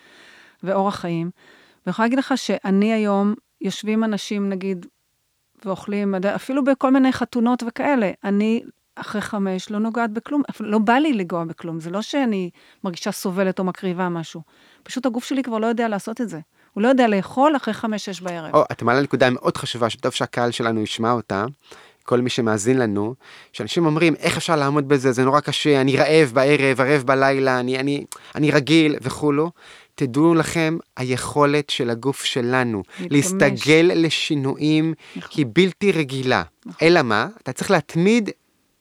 ואורח חיים. ואני יכולה להגיד לך שאני היום, יושבים אנשים, נגיד, ואוכלים, אפילו בכל מיני חתונות וכאלה, אני אחרי 5 לא נוגעת בכלום, לא בא לי לגוע בכלום, זה לא שאני מרגישה סובלת או מקריבה משהו, פשוט הגוף שלי כבר לא יודע לעשות את זה, הוא לא יודע לאכול אחרי 5-6 בערב. את מעלה נקודה מאוד חשובה, שטוב שהקהל שלנו ישמע אותה, כל מי שמאזין לנו, שאנשים אומרים, איך אפשר לעמוד בזה, זה נורא קשה, אני רעב בערב, ערב בלילה, אני רגיל וכולו, תדעו לכם, היכולת של הגוף שלנו, להסתגל לשינויים, היא בלתי רגילה. אלא מה? אתה צריך להתמיד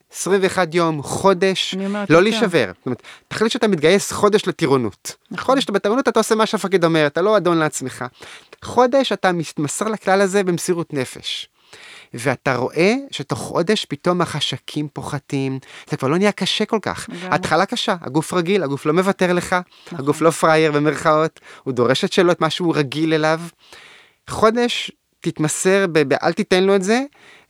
21 יום, חודש, לא להישבר. זאת אומרת, תחליט שאתה מתגייס חודש לטירונות. חודש אתה בטירונות, אתה עושה מה שהמפקד אומר, אתה לא אדון לעצמך. חודש אתה מתמסר לכלל הזה במסירות נפש. ואתה רואה שתוך חודש פתאום החשקים פוחתים, זה כבר לא נהיה קשה כל כך. ההתחלה קשה, הגוף רגיל, הגוף לא מוותר לך, הגוף לא פרייר במרכאות, הוא דורש את שלו, את מה שהוא רגיל אליו. חודש תתמסר, אל תיתן לו את זה,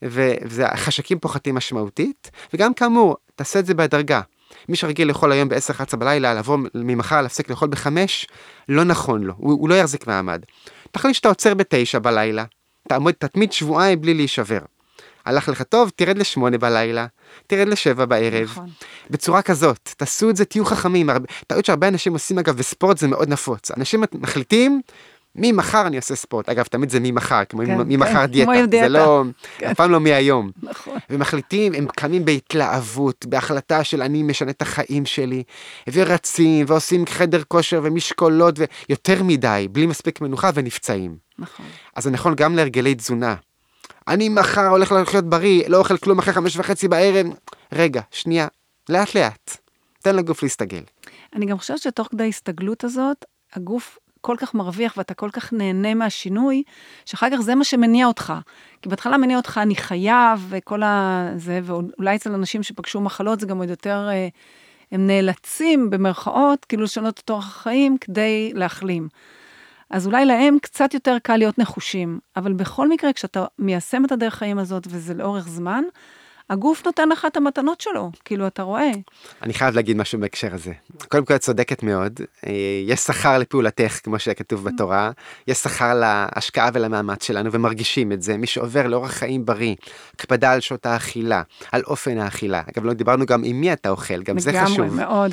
והחשקים פוחתים משמעותית, וגם כאמור, תעשה את זה בהדרגה. מי שרגיל לאכול היום ב-10-11 בלילה, לעבור ממחר להפסיק לאכול ב-5, לא נכון לו, הוא לא יחזיק מעמד. תחליט שאתה עוצר ב-9 בלילה, תתמיד שבועיים בלי להישבר. הלך לך טוב, תרד ל-8 בלילה, תרד ל-7 בערב. נכון. בצורה כזאת, תעשו את זה, תהיו חכמים. טעות שהרבה אנשים עושים אגב, וספורט זה מאוד נפוץ. אנשים מחליטים, ממחר אני עושה ספורט. אגב, תמיד זה ממחר, כמו ממחר דיאטה. זה לא, הפעם לא מהיום. נכון. ומחליטים, הם קמים בהתלהבות, בהחלטה של אני משנה את החיים שלי, ורצים, ועושים חדר כושר ומשקולות, ויותר מדי, בלי מספיק מנוחה ונפצעים. נכון. אז זה נכון גם להרגלי תזונה. אני מחר הולך לחיות בריא, לא אוכל כלום אחרי 5:30 בערב. רגע, שנייה, לאט לאט. תן לגוף להסתגל. אני גם חושבת שתוך כדי ההסתגלות הזאת, הגוף כל כך מרוויח ואתה כל כך נהנה מהשינוי, שאחר כך זה מה שמניע אותך. כי בהתחלה מניע אותך, אני חייב, וכל זה, ואולי אצל אנשים שפגשו מחלות, זה גם עוד יותר, הם נאלצים במרכאות, כאילו לשנות את אורח החיים כדי להחלים. אז אולי להם קצת יותר קל להיות נחושים, אבל בכל מקרה, כשאתה מיישם את הדרך חיים הזאת, וזה לאורך זמן, הגוף נותן לך את המתנות שלו, כאילו אתה רואה. אני חייב להגיד משהו בהקשר הזה. קודם כל את צודקת מאוד, יש שכר לפעולתך, כמו שכתוב בתורה, יש שכר להשקעה ולמאמץ שלנו, ומרגישים את זה. מי שעובר לאורח חיים בריא, הקפדה על שעות האכילה, על אופן האכילה. אגב, לא דיברנו גם עם מי אתה אוכל, גם זה חשוב. לגמרי, מאוד.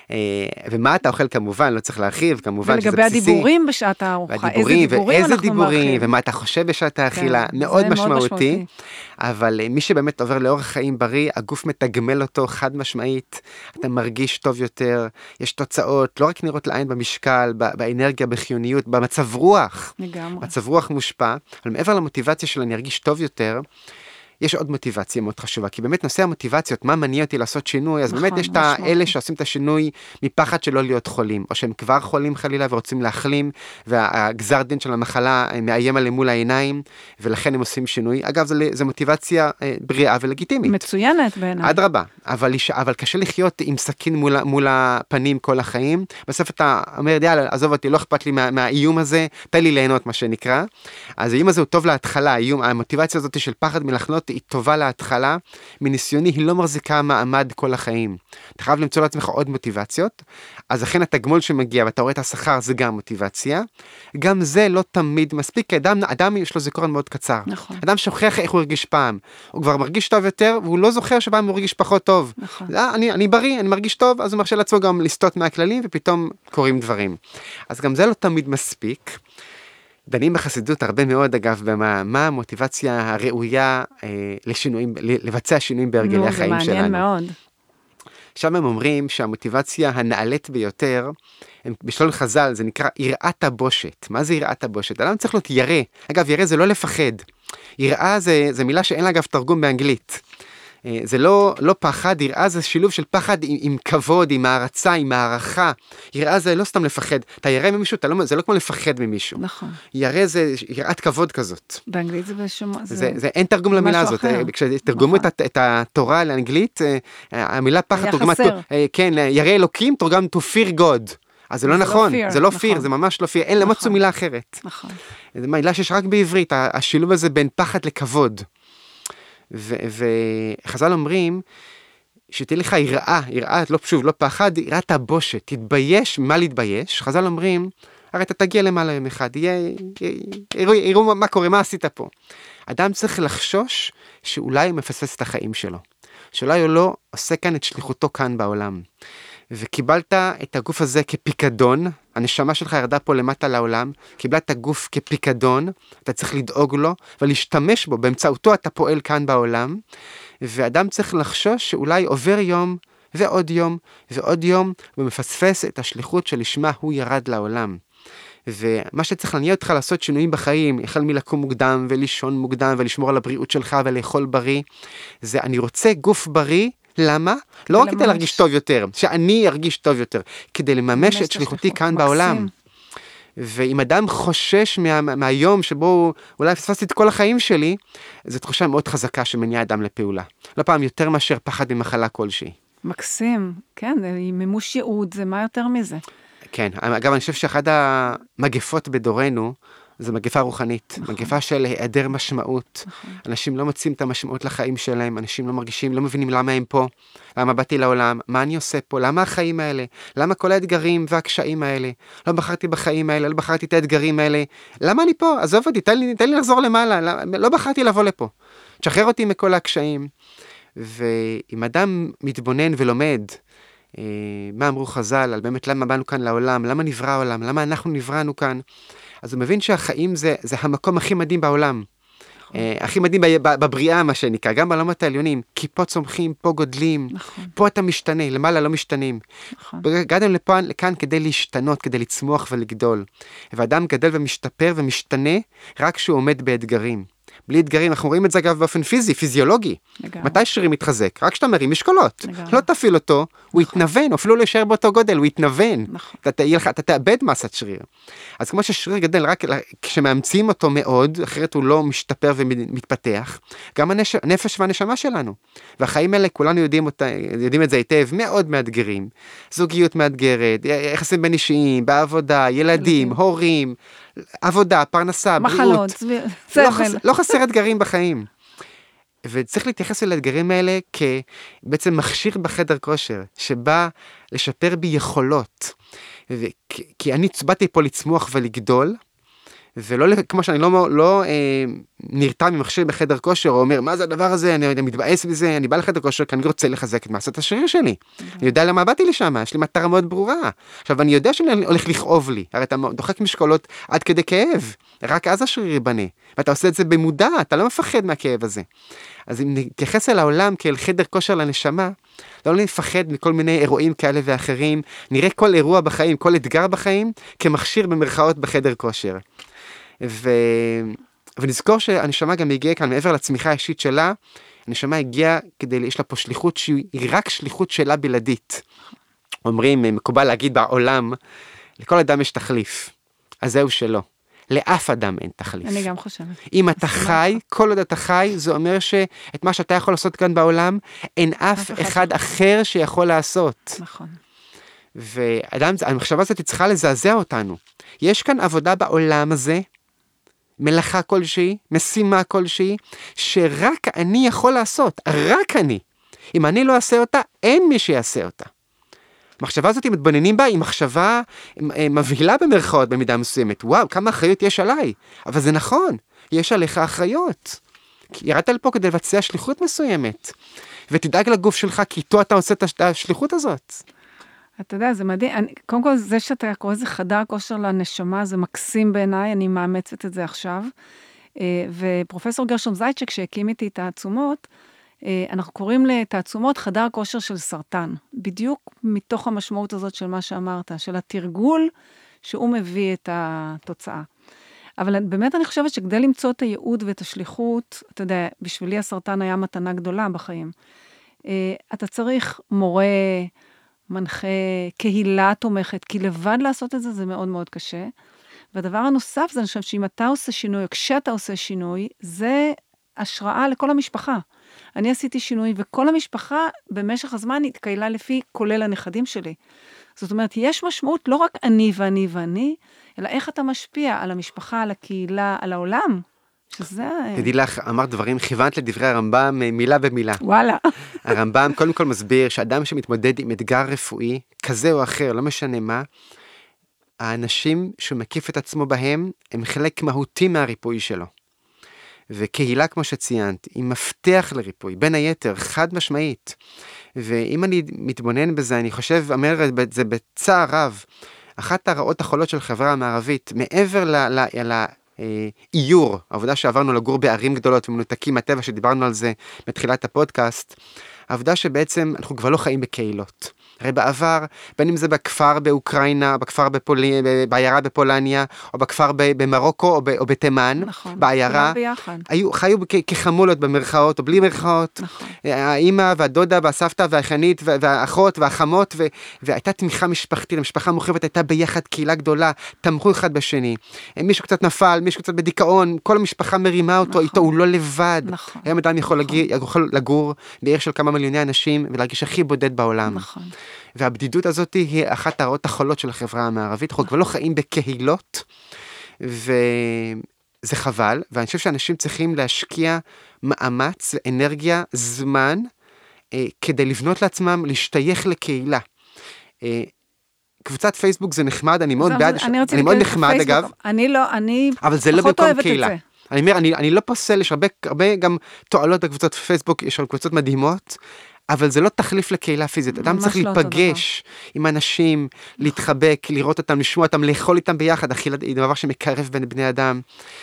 ומה אתה אוכל כמובן, לא צריך להרחיב, כמובן שזה בסיסי. ולגבי הדיבורים בשעת הארוחה, ואיזה דיבורים, ומה אתה חושב בשעת האכילה, מאוד משמעותי. אבל מי שבאמת עובר לאורח חיים בריא, הגוף מתגמל אותו חד משמעית, אתה מרגיש טוב יותר, יש תוצאות, לא רק נראות לעין במשקל, באנרגיה, בחיוניות, במצב רוח. לגמרי. מצב רוח מושפע, אבל מעבר למוטיבציה של אני ארגיש טוב יותר, יש עוד מוטיבציה מאוד חשובה, כי באמת נושא המוטיבציות, מה מניע אותי לעשות שינוי, אז באמת יש את האלה שעושים את השינוי מפחד שלא להיות חולים, או שהם כבר חולים חלילה ורוצים להחלים, והגזר דין של המחלה מאיים עליהם מול העיניים, ולכן הם עושים שינוי. אגב, זה מוטיבציה בריאה ולגיטימית. מצוינת בעיניי. אדרבה, אבל קשה לחיות עם סכין מול הפנים כל החיים. בסוף אתה אומר, יאללה, עזוב אותי, לא אכפת לי מהאיום הזה, תן לי ליהנות מה שנקרא. אז האיום הזה הוא טוב להתחלה, המוטיבציה הזאת של פחד מלחלות היא טובה להתחלה, מניסיוני היא לא מחזיקה מעמד כל החיים. אתה חייב למצוא לעצמך עוד מוטיבציות, אז אכן התגמול שמגיע, ואתה רואה את השכר, זה גם מוטיבציה. גם זה לא תמיד מספיק, כי אדם יש לו זיכרון מאוד קצר. נכון. אדם שוכח איך הוא הרגיש פעם. הוא כבר מרגיש טוב יותר, והוא לא זוכר שפעם הוא הרגיש פחות טוב. נכון. אני בריא, אני מרגיש טוב, אז הוא מרשה לעצמו גם לסטות מהכללים, ופתאום קורים דברים. אז גם זה לא תמיד מספיק. דנים בחסידות הרבה מאוד, אגב, מה המוטיבציה הראויה לשינויים, לבצע שינויים בהרגלי החיים שלנו. זה מעניין מאוד. שם הם אומרים שהמוטיבציה הנעלית ביותר, בשלון חז"ל, זה נקרא יראת הבושת. מה זה יראת הבושת? אדם צריך להיות ירא. אגב, ירא זה לא לפחד. יראה זה מילה שאין לה אגב תרגום באנגלית. זה לא פחד, יראה זה שילוב של פחד עם כבוד, עם הערצה, עם הערכה. יראה זה לא סתם לפחד. אתה ירא ממישהו, זה לא כמו לפחד ממישהו. נכון. ירא זה יראת כבוד כזאת. באנגלית זה בשום... אין תרגום למילה הזאת. כשתרגמו את התורה לאנגלית, המילה פחד תורגמה... כן, ירא אלוקים תורגם to fear God. אז זה לא נכון, זה לא fear, זה ממש לא fear. אין, לא מצאו מילה אחרת. נכון. זו מילה שיש רק בעברית, השילוב הזה בין פחד לכבוד. וחז"ל אומרים שתהיה לך יראה, לא פחד, יראת הבושת, תתבייש, מה להתבייש? חז"ל אומרים, הרי אתה תגיע למעלה יום אחד, יראו מה קורה, מה עשית פה. אדם צריך לחשוש שאולי הוא מפספס את החיים שלו, שאולי הוא לא עושה כאן את שליחותו כאן בעולם. וקיבלת את הגוף הזה כפיקדון, הנשמה שלך ירדה פה למטה לעולם, קיבלת את הגוף כפיקדון, אתה צריך לדאוג לו ולהשתמש בו, באמצעותו אתה פועל כאן בעולם, ואדם צריך לחשוש שאולי עובר יום ועוד יום ועוד יום, ומפספס את השליחות שלשמה הוא ירד לעולם. ומה שצריך להניע אותך לעשות שינויים בחיים, החל מלקום מוקדם ולישון מוקדם ולשמור על הבריאות שלך ולאכול בריא, זה אני רוצה גוף בריא, למה? לא רק כדי להרגיש טוב יותר, שאני ארגיש טוב יותר, כדי לממש את שליחותי כאן בעולם. ואם אדם חושש מהיום שבו אולי פספסתי את כל החיים שלי, זו תחושה מאוד חזקה שמניעה אדם לפעולה. לא פעם יותר מאשר פחד ממחלה כלשהי. מקסים, כן, מימוש ייעוד, זה מה יותר מזה. כן, אגב, אני חושב שאחד המגפות בדורנו, זו מגפה רוחנית, נכון. מגפה של היעדר משמעות. נכון. אנשים לא מוצאים את המשמעות לחיים שלהם, אנשים לא מרגישים, לא מבינים למה הם פה, למה באתי לעולם, מה אני עושה פה, למה החיים האלה, למה כל האתגרים והקשיים האלה, לא בחרתי בחיים האלה, לא בחרתי את האתגרים האלה, למה אני פה? עזוב אותי, תן לי לחזור למעלה, לא בחרתי לבוא לפה, תשחרר אותי מכל הקשיים. ואם אדם מתבונן ולומד, מה אמרו חז"ל, על באמת למה באנו כאן לעולם, למה נברא העולם, למה אנחנו נבראנו כאן, אז הוא מבין שהחיים זה המקום הכי מדהים בעולם. הכי מדהים בבריאה, מה שנקרא, גם בעולמות העליונים, כי פה צומחים, פה גודלים, פה אתה משתנה, למעלה לא משתנים. הגענו לכאן כדי להשתנות, כדי לצמוח ולגדול. ואדם גדל ומשתפר ומשתנה רק כשהוא עומד באתגרים. בלי אתגרים, אנחנו רואים את זה אגב באופן פיזי, פיזיולוגי. מתי שריר מתחזק? רק כשאתה מרים משקולות. לא תפעיל אותו, הוא יתנוון, אפילו לא יישאר באותו גודל, הוא יתנוון. אתה תאבד מסת שריר. אז כמו ששריר גדל, רק כשמאמצים אותו מאוד, אחרת הוא לא משתפר ומתפתח, גם הנפש והנשמה שלנו. והחיים האלה, כולנו יודעים את זה היטב, מאוד מאתגרים. זוגיות מאתגרת, יחסים בין אישיים, בעבודה, ילדים, הורים, עבודה, פרנסה, בריאות. לא חסר אתגרים בחיים. וצריך להתייחס אל האתגרים האלה כבעצם מכשיר בחדר כושר, שבא לשפר בי יכולות. כי אני באתי פה לצמוח ולגדול, ולא כמו שאני לא נרתע ממכשיר בחדר כושר, או אומר, מה זה הדבר הזה, אני מתבאס בזה, אני בא לחדר כושר, כי אני רוצה לחזק את מעשת השריר שלי. אני יודע למה באתי לשם, יש לי מטרה מאוד ברורה. עכשיו, אני יודע שאני הולך לכאוב לי, הרי אתה דוחק משקולות עד כדי כאב, רק אז השריר ייבנה, ואתה עושה את זה במודע, אתה לא מפחד מהכאב הזה. אז אם נתייחס אל העולם כאל חדר כושר לנשמה, לא נפחד מכל מיני אירועים כאלה ואחרים, נראה כל אירוע בחיים, כל אתגר בחיים, כמכשיר במרכאות בחדר כושר. ונזכור שהנשמה גם הגיעה כאן מעבר לצמיחה האישית שלה, הנשמה הגיעה יש לה פה שליחות שהיא רק שליחות שלה בלעדית. אומרים, מקובל להגיד בעולם, לכל אדם יש תחליף, אז זהו שלא. לאף אדם אין תחליף. אני גם חושבת. אם אתה חי, כל עוד אתה חי, זה אומר שאת מה שאתה יכול לעשות כאן בעולם, אין אף אחד אחר שיכול לעשות. נכון. המחשבה הזאת צריכה לזעזע אותנו. יש כאן עבודה בעולם הזה, מלאכה כלשהי, משימה כלשהי, שרק אני יכול לעשות, רק אני. אם אני לא אעשה אותה, אין מי שיעשה אותה. המחשבה הזאת, אם מתבוננים בה, היא מחשבה מבהילה במרכאות במידה מסוימת. וואו, כמה אחריות יש עליי. אבל זה נכון, יש עליך אחריות. ירדת לפה כדי לבצע שליחות מסוימת. ותדאג לגוף שלך, כי איתו אתה עושה את השליחות הזאת. אתה יודע, זה מדהים. קודם כל, זה שאתה קורא איזה חדר כושר לנשמה, זה מקסים בעיניי, אני מאמצת את זה עכשיו. ופרופסור גרשום זייצ'ק, שהקים איתי את העצומות, אנחנו קוראים לתעצומות חדר כושר של סרטן. בדיוק מתוך המשמעות הזאת של מה שאמרת, של התרגול שהוא מביא את התוצאה. אבל באמת אני חושבת שכדי למצוא את הייעוד ואת השליחות, אתה יודע, בשבילי הסרטן היה מתנה גדולה בחיים. אתה צריך מורה, מנחה, קהילה תומכת, כי לבד לעשות את זה, זה מאוד מאוד קשה. והדבר הנוסף זה, אני חושבת שאם אתה עושה שינוי, או כשאתה עושה שינוי, זה השראה לכל המשפחה. אני עשיתי שינוי, וכל המשפחה במשך הזמן התקהלה לפי, כולל הנכדים שלי. זאת אומרת, יש משמעות לא רק אני ואני ואני, אלא איך אתה משפיע על המשפחה, על הקהילה, על העולם. שזה... תדעי לך, אמרת דברים, כיוונת לדברי הרמב"ם מילה במילה. וואלה. הרמב"ם קודם כל מסביר שאדם שמתמודד עם אתגר רפואי, כזה או אחר, לא משנה מה, האנשים שמקיף את עצמו בהם, הם חלק מהותי מהריפוי שלו. וקהילה, כמו שציינת, היא מפתח לריפוי, בין היתר, חד משמעית. ואם אני מתבונן בזה, אני חושב, אומר את זה בצער רב, אחת הרעות החולות של חברה המערבית, מעבר לאיור, העבודה שעברנו לגור בערים גדולות ומנותקים מהטבע, שדיברנו על זה בתחילת הפודקאסט, העבודה שבעצם אנחנו כבר לא חיים בקהילות. הרי בעבר, בין אם זה בכפר באוקראינה, בכפר בעיירה בפולניה, או בכפר במרוקו או בתימן, נכון, בעיירה, חיו כחמולות במרכאות או בלי מרכאות, נכון. האמא והדודה והסבתא והחנית והאחות והחמות, והייתה תמיכה משפחתית, המשפחה המורחבת הייתה ביחד קהילה גדולה, תמכו אחד בשני. מישהו קצת נפל, מישהו קצת בדיכאון, כל המשפחה מרימה אותו, נכון. איתו הוא לא לבד. נכון. היום אדם יכול לגור בעיר של כמה מיליוני אנשים, ולהרגיש הכי בודד בעולם. נכון. והבדידות הזאת היא אחת הרעות החולות של החברה המערבית. אנחנו כבר לא חיים בקהילות, וזה חבל, ואני חושב שאנשים צריכים להשקיע מאמץ, אנרגיה, זמן, כדי לבנות לעצמם, להשתייך לקהילה. קבוצת פייסבוק זה נחמד, אני מאוד בעד, אני מאוד נחמד אגב. אני אבל זה לא במקום קהילה. אני אומר, אני לא פוסל, יש הרבה גם תועלות בקבוצות פייסבוק, יש קבוצות מדהימות, אבל זה לא תחליף לקהילה פיזית. אדם צריך להיפגש עם אנשים, להתחבק, לראות אותם, לשמוע אותם, לאכול איתם ביחד. אכילה היא דבר שמקרב בין בני אדם.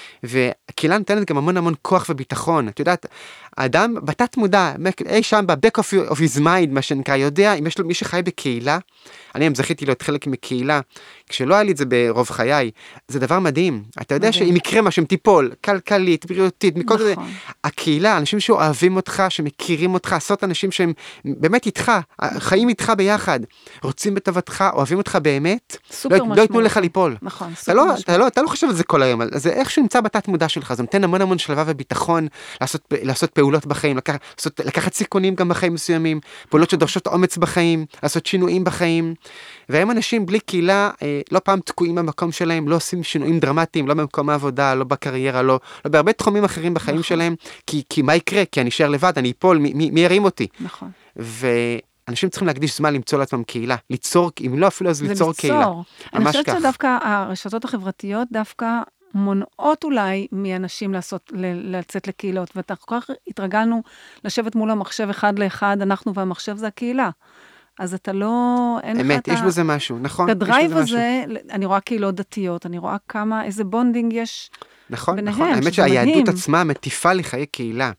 והקהילה נותנת גם המון כוח וביטחון. את יודעת, האדם בתת מודע, אי שם, ב-back of his mind, מה שנקרא, יודע, אם יש לו מי שחי בקהילה, אני גם זכיתי להיות חלק מקהילה, כשלא היה לי את זה ברוב חיי, זה דבר מדהים. אתה יודע שאם יקרה משהו, תיפול, כלכלית, בריאותית, מכל זה, הקהילה, אנשים שאוהבים אותך, שמכירים אותך, עשות אנשים שהם באמת איתך, חיים איתך ביחד, רוצים בטובתך, אוהבים אותך באמת, לא ייתנו לך ליפול. נכון, אתה לא חושב על זה כל היום, זה איכשהו נמצא בתת מודע שלך, זה נותן המון שלווה וביטחון, לעשות פעולות בחיים, לקחת סיכונים גם בחיים מסוימים, פעולות שדורשות אומץ בחיים, לעשות שינויים בחיים, והם אנשים בלי קהילה, לא פעם תקועים במקום שלהם, לא עושים שינויים דרמטיים, לא במקום העבודה, לא בקריירה, לא בהרבה תחומים אחרים בחיים שלהם, כי מה יקרה? כי אני אשאר לבד, אני אפול, מי ירים אותי? נכון. ואנשים צריכים להקדיש זמן למצוא לעצמם קהילה, ליצור, אם לא אפילו אז ליצור קהילה. אני חושבת שדווקא הרשתות החברתיות דווקא מונעות אולי מאנשים לצאת לקהילות, ואנחנו כל כך התרגלנו לשבת מול המחשב אחד לאחד, אנחנו והמחשב זה הקהילה. אז אתה לא, אין לך אמת, יש בזה משהו, נכון? את הדרייב הזה, אני רואה קהילות דתיות, אני רואה איזה בונדינג יש נכון, נכון. האמת שהיהדות עצמה מטיפה לחיי קהילה,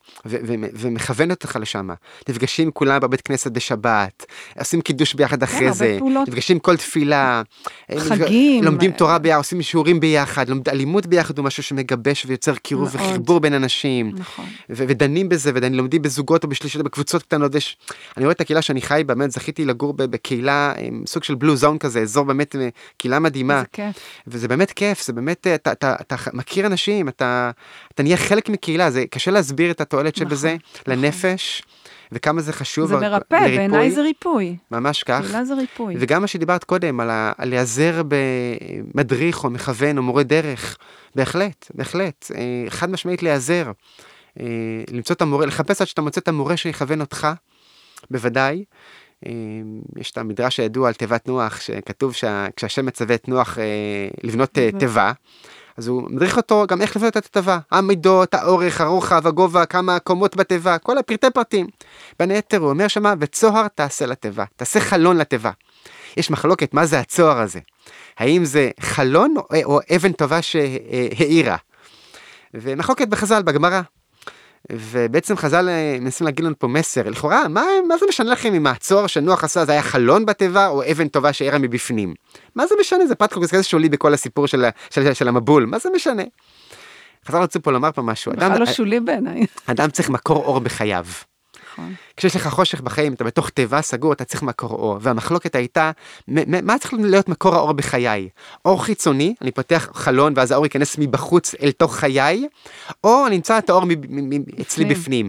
ומכוונת אותך לשם. נפגשים כולם בבית כנסת בשבת, עושים קידוש ביחד אחרי זה, נפגשים כל תפילה, חגים, לומדים תורה ביחד, עושים שיעורים ביחד, לימוד ביחד הוא משהו שמגבש ויוצר קירוב וחיבור בין אנשים, ודנים בזה, לומדים בזוגות או בשלישות, בקבוצות קטנות. אני רואה את הקהילה שאני חי, באמת זכיתי לגור בקהילה, סוג של בלו זון כזה, אזור באמת קהילה מדהימה. וזה באמת כיף, זה באמת, אתה מכיר אנשים, אתה נהיה חלק מקהילה, זה קשה להסביר את התועלת שבזה, לנפש, וכמה זה חשוב. זה מרפא, בעיניי זה ריפוי. ממש כך. תפילה זה ריפוי. וגם מה שדיברת קודם, על להיעזר במדריך או מכוון או מורה דרך, בהחלט, בהחלט, חד משמעית להיעזר. למצוא את המורה, לחפש עד שאתה מוצא את המורה שיכוון אותך, בוודאי. יש את המדרש הידוע על תיבת נוח, שכתוב כשהשם מצווה את נוח לבנות תיבה, אז הוא מדריך אותו גם איך לבנות את התיבה, המידות, האורך, הרוחב, הגובה, כמה קומות בתיבה, כל הפרטי פרטים. בין היתר הוא אומר שמה, וצוהר תעשה לתיבה, תעשה חלון לתיבה. יש מחלוקת, מה זה הצוהר הזה? האם זה חלון או אבן טובה שהאירה? ומחלוקת בחז"ל, בגמרא. ובעצם חז"ל מנסים להגיד לנו פה מסר, לכאורה, מה זה משנה לכם אם הצוהר שנוח עשה, זה היה חלון בתיבה או אבן טובה שהאירה מבפנים? מה זה משנה? זה פתחוק, זה כזה שולי בכל הסיפור של המבול, מה זה משנה? חז"ל רצו פה לומר פה משהו. בכלל לא שולי בעיניי. אדם צריך מקור אור בחייו. נכון. כשיש לך חושך בחיים, אתה בתוך תיבה סגור, אתה צריך מקור אור. והמחלוקת הייתה, מה צריך להיות מקור האור בחיי? אור חיצוני, אני פותח חלון ואז האור ייכנס מבחוץ אל תוך חיי, או אני אמצא את האור אצלי בפנים.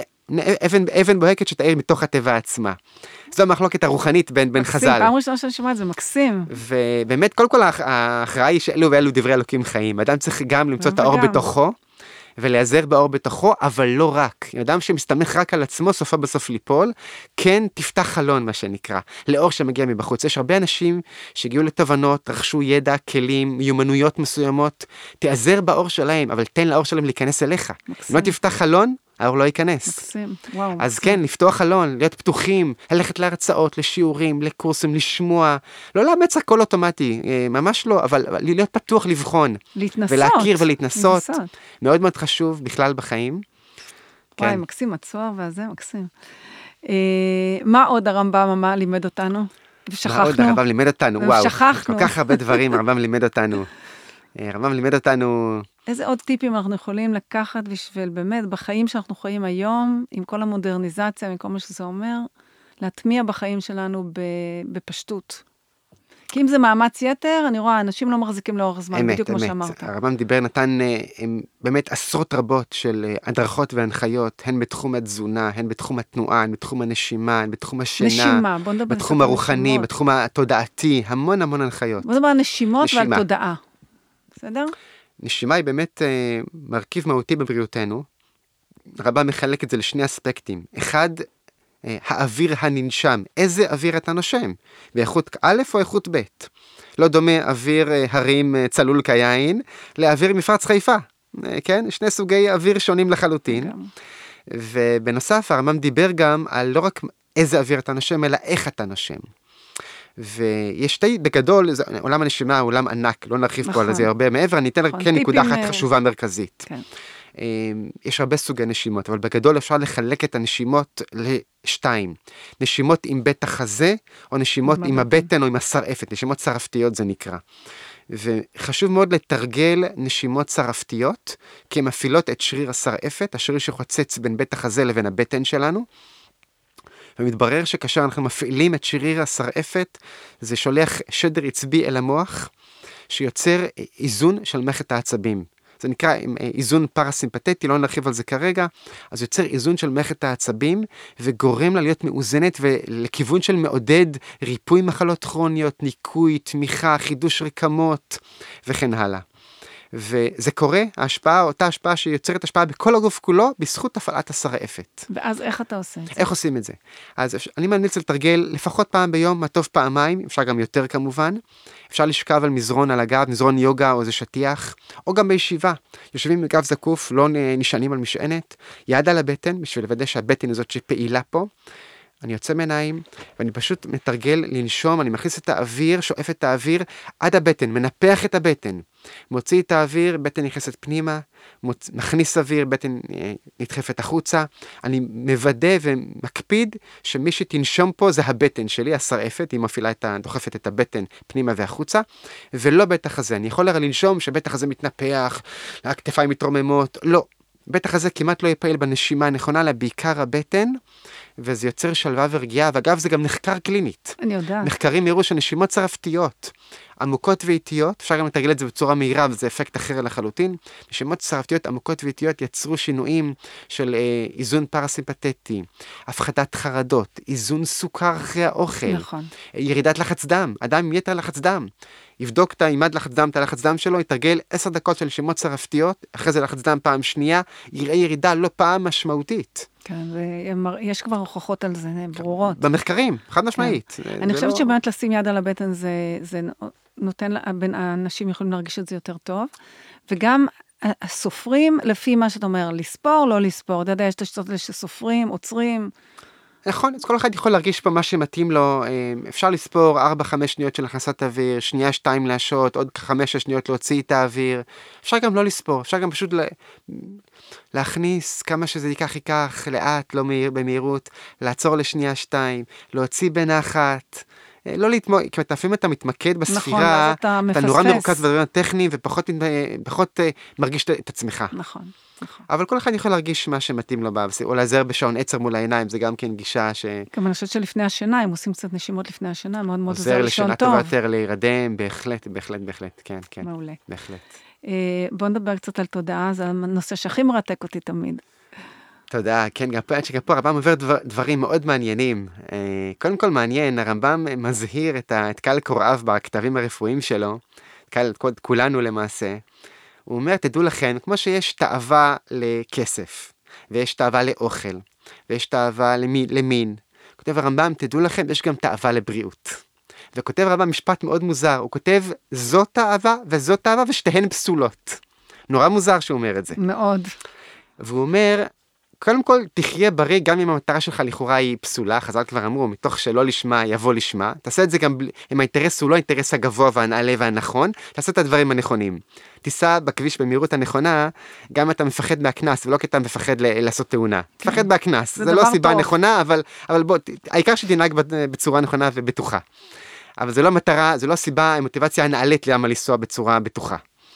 אבן בוהקת שתאיר מתוך התיבה עצמה. זו המחלוקת הרוחנית בין חז"ל. פעם ראשונה שאני שומעת, זה מקסים. ובאמת, כל ההכרעה היא שאלו ואלו דברי אלוקים חיים. אדם צריך גם למצוא את האור בתוכו, ולהיעזר באור בתוכו, אבל לא רק. אדם שמסתמך רק על עצמו, סופה בסוף ליפול, כן תפתח חלון, מה שנקרא, לאור שמגיע מבחוץ. יש הרבה אנשים שהגיעו לתובנות, רכשו ידע, כלים, מיומנויות מסוימות, תיעזר באור שלהם, אבל תן לאור שלהם להיכנס אליך. אם לא תפתח חלון, האור לא ייכנס. מקסים, וואו. אז כן, לפתוח חלון, להיות פתוחים, ללכת להרצאות, לשיעורים, לקורסים, לשמוע, לא לאמץ הכל אוטומטי, ממש לא, אבל להיות פתוח לבחון. להתנסות. ולהכיר ולהתנסות. מאוד מאוד חשוב בכלל בחיים. וואי, כן. מקסים, הצוהר והזה, מקסים. מה עוד הרמב"ם לימד אותנו? ושכחנו. מה עוד הרמב"ם לימד אותנו? וואו, ושכחנו. כל כך הרבה דברים הרמב"ם לימד אותנו. הרמב"ם לימד אותנו... איזה עוד טיפים אנחנו יכולים לקחת בשביל באמת בחיים שאנחנו חיים היום, עם כל המודרניזציה, עם כל מה שזה אומר, להטמיע בחיים שלנו בפשטות. כי אם זה מאמץ יתר, אני רואה, אנשים לא מחזיקים לאורך זמן, בדיוק כמו שאמרת. הרמב"ם נתן באמת עשרות רבות של הדרכות והנחיות, הן בתחום התזונה, הן בתחום התנועה, הן בתחום הנשימה, הן בתחום השינה, בתחום הרוחני, בתחום התודעתי, המון המון הנחיות. בוא נדבר על נשימות ועל תודעה. בסדר? נשימה היא באמת מרכיב מהותי בבריאותנו. הרמב"ם מחלק את זה לשני אספקטים. אחד, האוויר הננשם. איזה אוויר אתה נושם? באיכות א' או איכות ב'? לא דומה אוויר הרים צלול כיין לאוויר מפרץ חיפה. כן? שני סוגי אוויר שונים לחלוטין. ובנוסף, הרמב"ם דיבר גם על לא רק איזה אוויר אתה נושם, אלא איך אתה נושם. ויש שתי, בגדול, עולם הנשימה הוא עולם ענק, לא נרחיב פה על זה הרבה מעבר, אני אתן רק נקודה אחת חשובה מרכזית. יש הרבה סוגי נשימות, אבל בגדול אפשר לחלק את הנשימות לשתיים. נשימות עם בית החזה, או נשימות עם הבטן או עם השרעפת, נשימות שרפתיות זה נקרא. וחשוב מאוד לתרגל נשימות שרפתיות, כי הן מפעילות את שריר השרעפת, השריר שחוצץ בין בית החזה לבין הבטן שלנו, ומתברר שכאשר אנחנו מפעילים את שריר השרעפת, זה שולח שדר עצבי אל המוח, שיוצר איזון של מערכת העצבים. זה נקרא איזון פרסימפטטי, לא נרחיב על זה כרגע, אז יוצר איזון של מערכת העצבים, וגורם לה להיות מאוזנת, ולכיוון של מעודד ריפוי מחלות כרוניות, ניקוי, תמיכה, חידוש רקמות, וכן הלאה. וזה קורה, אותה השפעה שיוצרת השפעה בכל הגוף כולו, בזכות הפעלת השרעפת. ואז איך אתה עושה את זה? איך עושים את זה? אז אני ממליץ לתרגל לפחות פעם ביום, מה טוב פעמיים, אפשר גם יותר כמובן. אפשר לשכב על מזרון על הגב, מזרון יוגה או איזה שטיח, או גם בישיבה. יושבים בגב זקוף, לא נשענים על משענת, יד על הבטן, בשביל לוודא שהבטן הזאת שפעילה פה. אני יוצא מעיניים, ואני פשוט מתרגל לנשום, אני מכניס את האוויר, שואף את האוויר עד הבטן, מנפח את הבטן. מוציא את האוויר, בטן נכנסת פנימה, מכניס אוויר, בטן נדחפת החוצה. אני מוודא ומקפיד שמי שתנשום פה זה הבטן שלי, השרעפת, היא מפעילה דוחפת את הבטן פנימה והחוצה, ולא בית החזה. אני יכול לנשום שבית החזה מתנפח, הכתפיים מתרוממות, לא. בית החזה כמעט לא יפעיל בנשימה הנכונה, אלא בעיקר הבטן, וזה יוצר שלווה ורגיעה, ואגב, זה גם נחקר קלינית. אני יודעת. מחקרים הראו שנשימות צרפתיות, עמוקות ואיטיות, אפשר גם לתרגל את זה בצורה מהירה, וזה אפקט אחר לחלוטין. נשימות צרפתיות עמוקות ואיטיות יצרו שינויים של איזון פרסימפטי, הפחתת חרדות, איזון סוכר אחרי האוכל, נכון. ירידת לחץ דם, אדם עם יתר לחץ דם. יבדוק את העימד לחץ דם, את הלחץ דם שלו, יתרגל 10 דקות של נשימות צרפתיות, אחרי זה לחץ דם פעם שנייה, יראה ירידה לא פעם משמעותית. כן, ויש כבר הוכחות על זה, ברורות. במחקרים, חד משמעית. אני חושבת שבאמת לשים יד על הבטן זה נותן, האנשים יכולים להרגיש את זה יותר טוב, וגם הסופרים, לפי מה שאתה אומר, לספור, לא לספור, אתה יודע, יש את השיטות האלה שסופרים, עוצרים. נכון, אז כל אחד יכול להרגיש פה מה שמתאים לו, אפשר לספור 4-5 שניות של הכנסת אוויר, שנייה 2 להשעות, עוד 5 שניות להוציא את האוויר, אפשר גם לא לספור, אפשר גם פשוט להכניס כמה שזה ייקח לאט, לא במהירות, לעצור לשנייה 2, להוציא בנחת, לא להתמודד, כי לפעמים אתה מתמקד בספירה, נכון, אתה נורא מרוכז בדברים הטכניים, ופחות מרגיש את עצמך. נכון. אבל כל אחד יכול להרגיש מה שמתאים לו, או להיעזר בשעון עצר מול העיניים, זה גם כן גישה ש... גם אני חושבת שלפני השינה, אם עושים קצת נשימות לפני השינה, מאוד מאוד עוזר לישון לשינה טוב. טובה יותר, להירדם, בהחלט, כן. מעולה. בהחלט. בוא נדבר קצת על תודעה, זה הנושא שהכי מרתק אותי תמיד. תודה, כן, גם פה הרמב"ם עובר דברים מאוד מעניינים. קודם כל מעניין, הרמב"ם מזהיר את קהל קוראיו בכתבים הרפואיים שלו, כולנו למעשה. הוא אומר, תדעו לכם, כמו שיש תאווה לכסף, ויש תאווה לאוכל, ויש תאווה למין. כותב הרמב"ם, תדעו לכם, יש גם תאווה לבריאות. וכותב הרמב"ם משפט מאוד מוזר, הוא כותב, זאת תאווה וזאת תאווה ושתיהן פסולות. נורא מוזר שהוא אומר את זה. מאוד. והוא אומר, קודם כל, תחיה בריא גם אם המטרה שלך לכאורה היא פסולה, חז"ל כבר אמרו, מתוך שלא לשמה יבוא לשמה, תעשה את זה גם אם האינטרס הוא לא האינטרס הגבוה והנעלה והנכון, תעשה את הדברים הנכונים. תיסע בכביש במהירות הנכונה, גם אם אתה מפחד מהכנס, ולא כי אתה מפחד לעשות תאונה. תפחד מהכנס, זה לא סיבה נכונה, אבל בוא, העיקר שתנהג בצורה נכונה ובטוחה. אבל זה לא מטרה, זה לא סיבה, המוטיבציה הנעלית למה לנסוע בצורה בטוחה.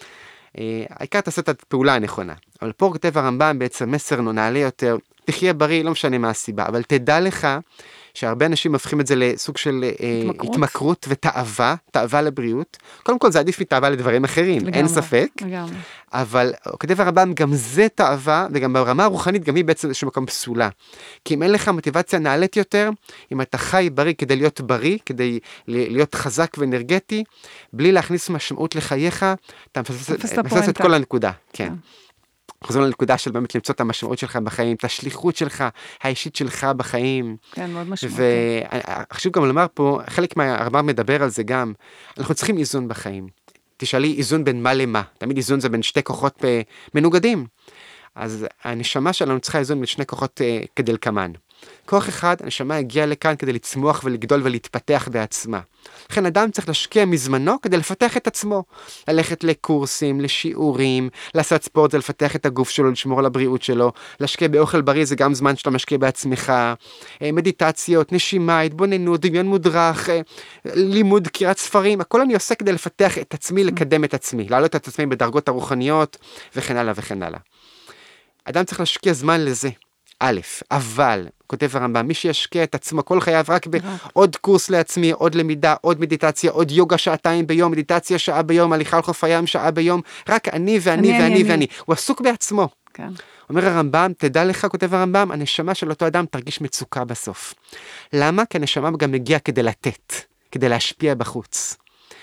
העיקר תעשה את הפעולה הנכונה. אבל פה כותב הרמב"ם בעצם מסר נעלה יותר, תחיה בריא, לא משנה מה הסיבה, אבל תדע לך שהרבה אנשים הופכים את זה לסוג של התמכרות תאווה לבריאות. קודם כל זה עדיף מתאווה לדברים אחרים, אין ספק. לגמרי. אבל כותב הרמב"ם גם זה תאווה, וגם ברמה הרוחנית גם היא בעצם איזשהו מקום פסולה. כי אם אין לך מוטיבציה נעלית יותר, אם אתה חי בריא כדי להיות בריא, כדי להיות חזק ואנרגטי, בלי להכניס משמעות לחייך, אתה מפספס את כל הנקודה. כן. חוזרים לנקודה של באמת למצוא את המשמעות שלך בחיים, את השליחות שלך, האישית שלך בחיים. כן, מאוד משמעותי. וחשוב גם לומר פה, חלק מהרמב"ם מדבר על זה גם, אנחנו צריכים איזון בחיים. תשאלי איזון בין מה למה, תמיד איזון זה בין שתי כוחות מנוגדים. אז הנשמה שלנו צריכה איזון בין שני כוחות כדלקמן. כוח אחד, הנשמה הגיעה לכאן כדי לצמוח ולגדול ולהתפתח בעצמה. לכן אדם צריך להשקיע מזמנו כדי לפתח את עצמו. ללכת לקורסים, לשיעורים, לעשות ספורט זה לפתח את הגוף שלו, לשמור על הבריאות שלו. להשקיע באוכל בריא זה גם זמן שאתה משקיע בעצמך. מדיטציות, נשימה, התבוננות, דמיון מודרך, לימוד, קריאת ספרים. הכל אני עושה כדי לפתח את עצמי, לקדם את עצמי, להעלות את עצמי בדרגות הרוחניות וכן הלאה וכן הלאה. אדם צריך להשקיע זמן לזה. א', אבל, כותב הרמב"ם, מי שישקיע את עצמו כל חייו רק בעוד קורס לעצמי, עוד למידה, עוד מדיטציה, עוד יוגה 2 שעות ביום, מדיטציה 1 שעה ביום, הליכה על חוף הים 1 שעה ביום, רק אני ואני ואני ואני. הוא עסוק בעצמו. כן. אומר הרמב"ם, תדע לך, כותב הרמב"ם, הנשמה של אותו אדם תרגיש מצוקה בסוף. למה? כי הנשמה גם מגיעה כדי לתת, כדי להשפיע בחוץ.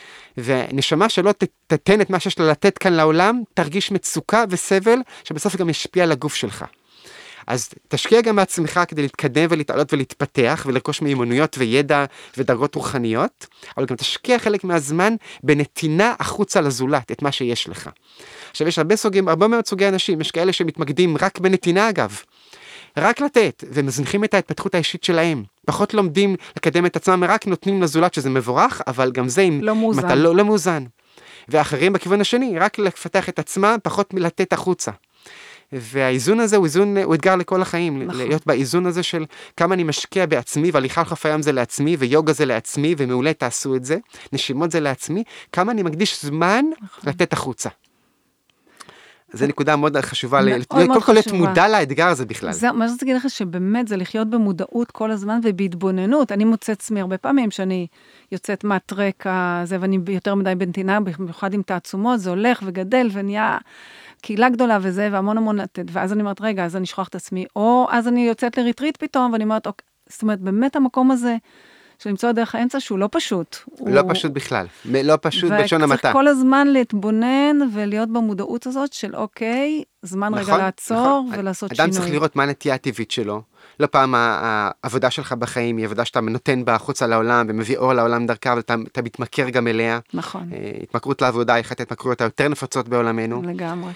ונשמה שלא תתן את מה שיש לה לתת כאן לעולם, תרגיש מצוקה וסבל, שבסוף גם ישפיע על הגוף שלך. אז תשקיע גם בעצמך כדי להתקדם ולהתעלות ולהתפתח ולרכוש מיומנויות וידע ודרגות רוחניות, אבל גם תשקיע חלק מהזמן בנתינה החוצה לזולת, את מה שיש לך. עכשיו יש הרבה מאוד סוגי אנשים, יש כאלה שמתמקדים רק בנתינה אגב, רק לתת, ומזניחים את ההתפתחות האישית שלהם. פחות לומדים לקדם את עצמם, רק נותנים לזולת שזה מבורך, אבל גם זה אם אתה לא מאוזן. ואחרים בכיוון השני, רק לפתח את עצמם, פחות מלתת החוצה. והאיזון הזה הוא אתגר לכל החיים, נכון. להיות באיזון הזה של כמה אני משקיע בעצמי, והליכה על חוף הים זה לעצמי, ויוגה זה לעצמי, ומעולה תעשו את זה, נשימות זה לעצמי, כמה אני מקדיש זמן נכון. לתת החוצה. זה נקודה מאוד חשובה, מאוד כל להיות חשובה. מודע לאתגר הזה בכלל. מה שאני אגיד לך שבאמת זה לחיות במודעות כל הזמן ובהתבוננות. אני מוצאת עצמי הרבה פעמים שאני יוצאת מהטרק הזה, ואני יותר מדי בנתינה, במיוחד עם תעצומות, זה הולך וגדל ונהיה קהילה גדולה וזה, והמון המון, ואז אני אומרת, רגע, אז אני שוכחת עצמי, או אז אני יוצאת לריטריט פתאום, ואני אומרת, אוקיי, זאת אומרת, באמת המקום הזה, של למצוא דרך האמצע שהוא לא פשוט. לא פשוט בכלל, לא פשוט בלשון המעטה. וצריך כל הזמן להתבונן ולהיות במודעות הזאת של אוקיי, זמן רגע לעצור ולעשות שינוי. אדם צריך לראות מה הנטייה הטבעית שלו. לא פעם העבודה שלך בחיים היא עבודה שאתה נותן בה חוץ על העולם ומביא אור לעולם דרכה, ואתה מתמכר גם אליה. נכון. התמכרות לעבודה היא אחת ההתמכרויות היותר נפוצות בעולמנו. לגמרי.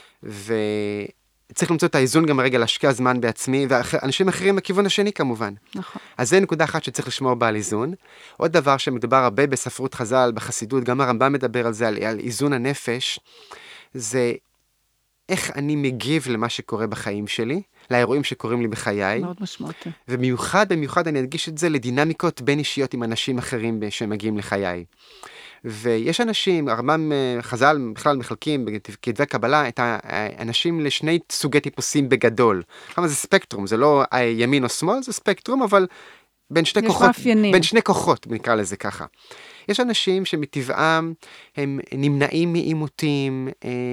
צריך למצוא את האיזון גם הרגע להשקיע זמן בעצמי, ואנשים אחרים בכיוון השני כמובן. נכון. אז זה נקודה אחת שצריך לשמור בה על איזון. עוד דבר שמדובר הרבה בספרות חז"ל, בחסידות, גם הרמב"ם מדבר על זה, על איזון הנפש, זה איך אני מגיב למה שקורה בחיים שלי, לאירועים שקורים לי בחיי. מאוד משמעותי. במיוחד אני אדגיש את זה לדינמיקות בין אישיות עם אנשים אחרים שמגיעים לחיי. ויש אנשים, הרמב"ם חז"ל בכלל מחלקים בכתבי קבלה את האנשים לשני סוגי טיפוסים בגדול. כמה זה ספקטרום, זה לא ימין או שמאל, זה ספקטרום, אבל בין שני כוחות, בין שני כוחות, נקרא לזה ככה. יש אנשים שמטבעם הם נמנעים מעימותים,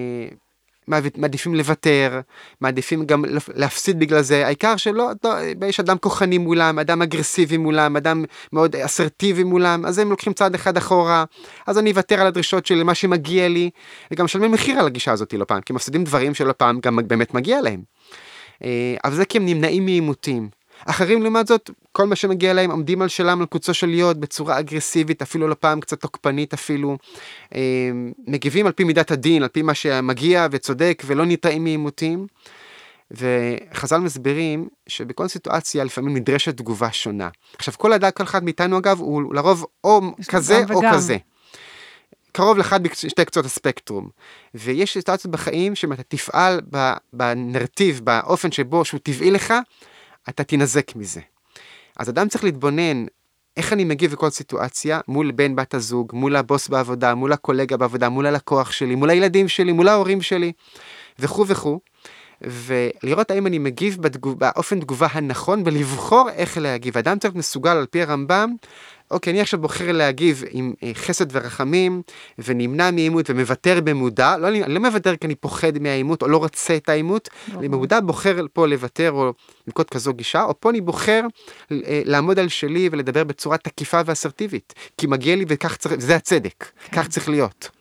מעדיפים לוותר, מעדיפים גם להפסיד בגלל זה, העיקר שלא, יש אדם כוחני מולם, אדם אגרסיבי מולם, אדם מאוד אסרטיבי מולם, אז הם לוקחים צעד אחד אחורה, אז אני אוותר על הדרישות שלי, מה שמגיע לי, וגם משלמים מחיר על הגישה הזאת לא פעם, כי מפסידים דברים שלא פעם גם באמת מגיע להם. אבל זה כי הם נמנעים מעימותים. אחרים לעומת זאת, כל מה שמגיע להם עומדים על שלם, על קוצו של יוד, בצורה אגרסיבית, אפילו לא פעם קצת תוקפנית אפילו, מגיבים על פי מידת הדין, על פי מה שמגיע וצודק, ולא נרתעים מעימותים. וחז"ל מסבירים שבכל סיטואציה לפעמים נדרשת תגובה שונה. עכשיו, כל אחד מאיתנו אגב, הוא לרוב או כזה או כזה. קרוב לאחד בשתי קצות הספקטרום. ויש סיטואציות בחיים שאם אתה תפעל בנרטיב, באופן שבו שהוא טבעי לך, אתה תנזק מזה. אז אדם צריך להתבונן איך אני מגיב בכל סיטואציה, מול בן בת הזוג, מול הבוס בעבודה, מול הקולגה בעבודה, מול הלקוח שלי, מול הילדים שלי, מול ההורים שלי, וכו' וכו'. ולראות האם אני מגיב באופן תגובה הנכון, ולבחור איך להגיב. אדם צריך מסוגל על פי הרמב"ם, אוקיי, אני עכשיו בוחר להגיב עם חסד ורחמים, ונמנע מעימות ומוותר במודע, אני לא מוותר כי אני פוחד מהעימות, או לא רוצה את העימות, אני במודע בוחר פה לוותר, או לנקוט כזו גישה, או פה אני בוחר לעמוד על שלי, ולדבר בצורה תקיפה ואסרטיבית, כי מגיע לי וזה הצדק, כך צריך להיות.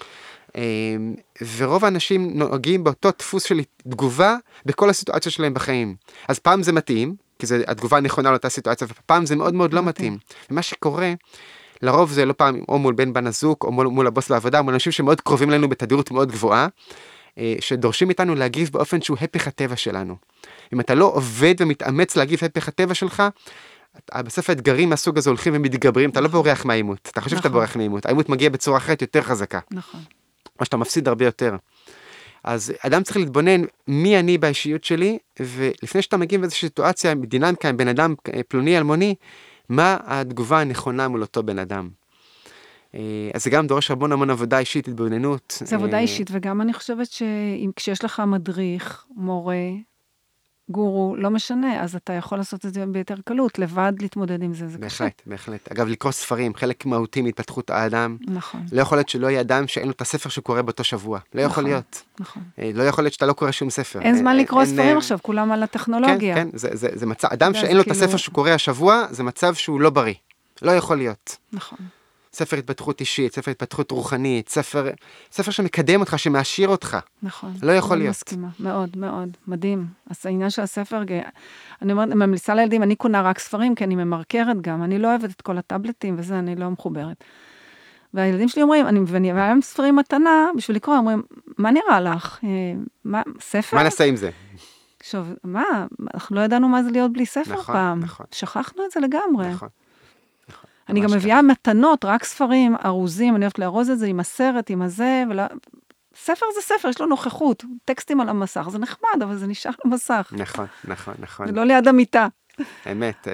ורוב האנשים נוהגים באותו דפוס של תגובה, בכל הסיטואציה שלהם בחיים. אז פעם זה מתאים, כי זה התגובה הנכונה לאותה סיטואציה, ופעם זה מאוד מאוד לא מתאים. ומה שקורה, לרוב זה לא פעם או מול בן הזוג, או מול הבוס בעבודה, מול אנשים שמאוד קרובים לנו בתדירות מאוד גבוהה, שדורשים איתנו להגיב באופן שהוא הפך הטבע שלנו. אם אתה לא עובד ומתאמץ להגיב הפך הטבע שלך, בסוף האתגרים מהסוג הזה הולכים ומתגברים, אתה לא בורח מהעימות, אתה חושב שאתה בורח מהעימות, העימות מגיע בצורה אחרת יותר חזקה. נכון. מה שאתה מפסיד הרבה יותר. אז אדם צריך להתבונן מי אני באישיות שלי, ולפני שאתה מגיע באיזושהי סיטואציה, דינמיקה עם בן אדם פלוני אלמוני, מה התגובה הנכונה מול אותו בן אדם. אז זה גם דורש המון עבודה אישית, התבוננות. זה עבודה אישית, וגם אני חושבת שכשיש לך מדריך, מורה, גורו, לא משנה, אז אתה יכול לעשות את זה ביותר קלות, לבד להתמודד עם זה, זה קשה. בהחלט. אגב, לקרוא ספרים, חלק מהותי מהתפתחות האדם. נכון. לא יכול להיות שלא יהיה אדם שאין לו את הספר שקורא באותו שבוע. לא יכול להיות. נכון. לא יכול להיות שאתה לא קורא שום ספר. אין זמן לקרוא ספרים עכשיו, כולם על הטכנולוגיה. כן, זה מצב, אדם שאין לו את הספר שקורא השבוע, זה מצב שהוא לא בריא. לא יכול להיות. נכון. ספר התפתחות אישית, ספר התפתחות רוחנית, ספר שמקדם אותך, שמעשיר אותך. נכון. לא יכול להיות. מסכימה, מאוד, מאוד, מדהים. אז העניין של הספר, אני אומרת, ממליצה לילדים, אני קונה רק ספרים, כי אני ממרקרת גם, אני לא אוהבת את כל הטאבלטים, וזה אני לא מחוברת. והילדים שלי אומרים, ואני להם ספרים מתנה, בשביל לקרוא, אומרים, מה נראה לך? ספר? מה נעשה עם זה? עכשיו, אנחנו לא ידענו מה זה להיות בלי ספר פעם. נכון. שכחנו את זה לגמרי. נכון. אני גם מביאה מתנות, רק ספרים, ארוזים, אני אוהבת לארוז את זה עם הסרט, עם הזה, ספר זה ספר, יש לו נוכחות, טקסטים על המסך, זה נחמד, אבל זה נשאר למסך. נכון. זה לא ליד המיטה. אמת.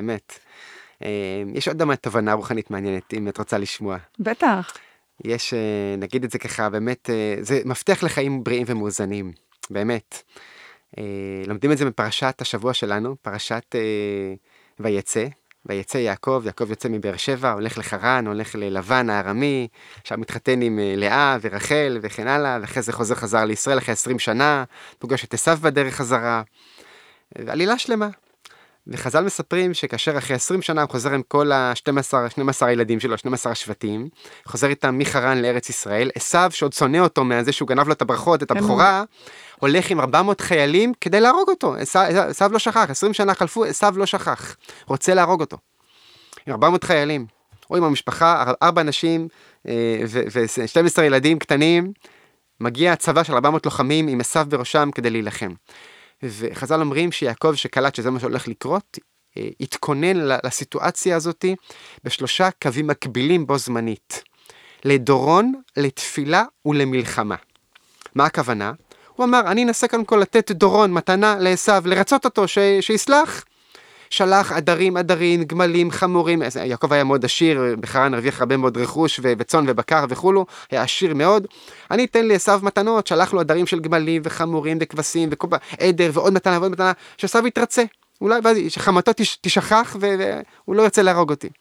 יש עוד תובנה רוחנית מעניינת, אם את רוצה לשמוע. בטח. יש, נגיד את זה ככה, באמת, זה מפתח לחיים בריאים ומאוזנים. באמת. לומדים את זה מפרשת השבוע שלנו, פרשת ויצא. ויצא יעקב, יעקב יוצא מבאר שבע, הולך לחרן, הולך ללבן הארמי, שם מתחתן עם לאה ורחל וכן הלאה, ואחרי זה חזר לישראל אחרי 20 שנה, פוגש את עשיו בדרך חזרה, ועלילה שלמה. וחז"ל מספרים שכאשר אחרי 20 שנה הוא חוזר עם כל ה-12 הילדים שלו, 12 השבטים, חוזר איתם מחרן לארץ ישראל, עשיו שעוד שונא אותו מזה שהוא גנב לו את הברכות, את הבכורה, הולך עם 400 חיילים כדי להרוג אותו. עשיו לא שכח, 20 שנה חלפו, עשיו לא שכח, רוצה להרוג אותו. עם 400 חיילים, או עם המשפחה, 4 נשים ו-12 ילדים קטנים, מגיע הצבא של 400 לוחמים עם עשיו בראשם כדי להילחם. וחז"ל אומרים שיעקב שקלט שזה מה שהולך לקרות, התכונן לסיטואציה הזאת ב3 קווים מקבילים בו זמנית. לדורון, לתפילה ולמלחמה. מה הכוונה? הוא אמר, אני אנסה כאן כל לתת דורון, מתנה לעשיו, לרצות אותו, שיסלח. שלח עדרים, גמלים, חמורים, יעקב היה מאוד עשיר, בחרן הרוויח הרבה מאוד רכוש וצאן ובקר וכולו, היה עשיר מאוד. אני אתן לעשיו מתנות, שלח לו עדרים של גמלים וחמורים וכבשים ועדר ועוד מתנה, שעשיו יתרצה. אולי שחמתו תשכח והוא לא ירצה להרוג אותי.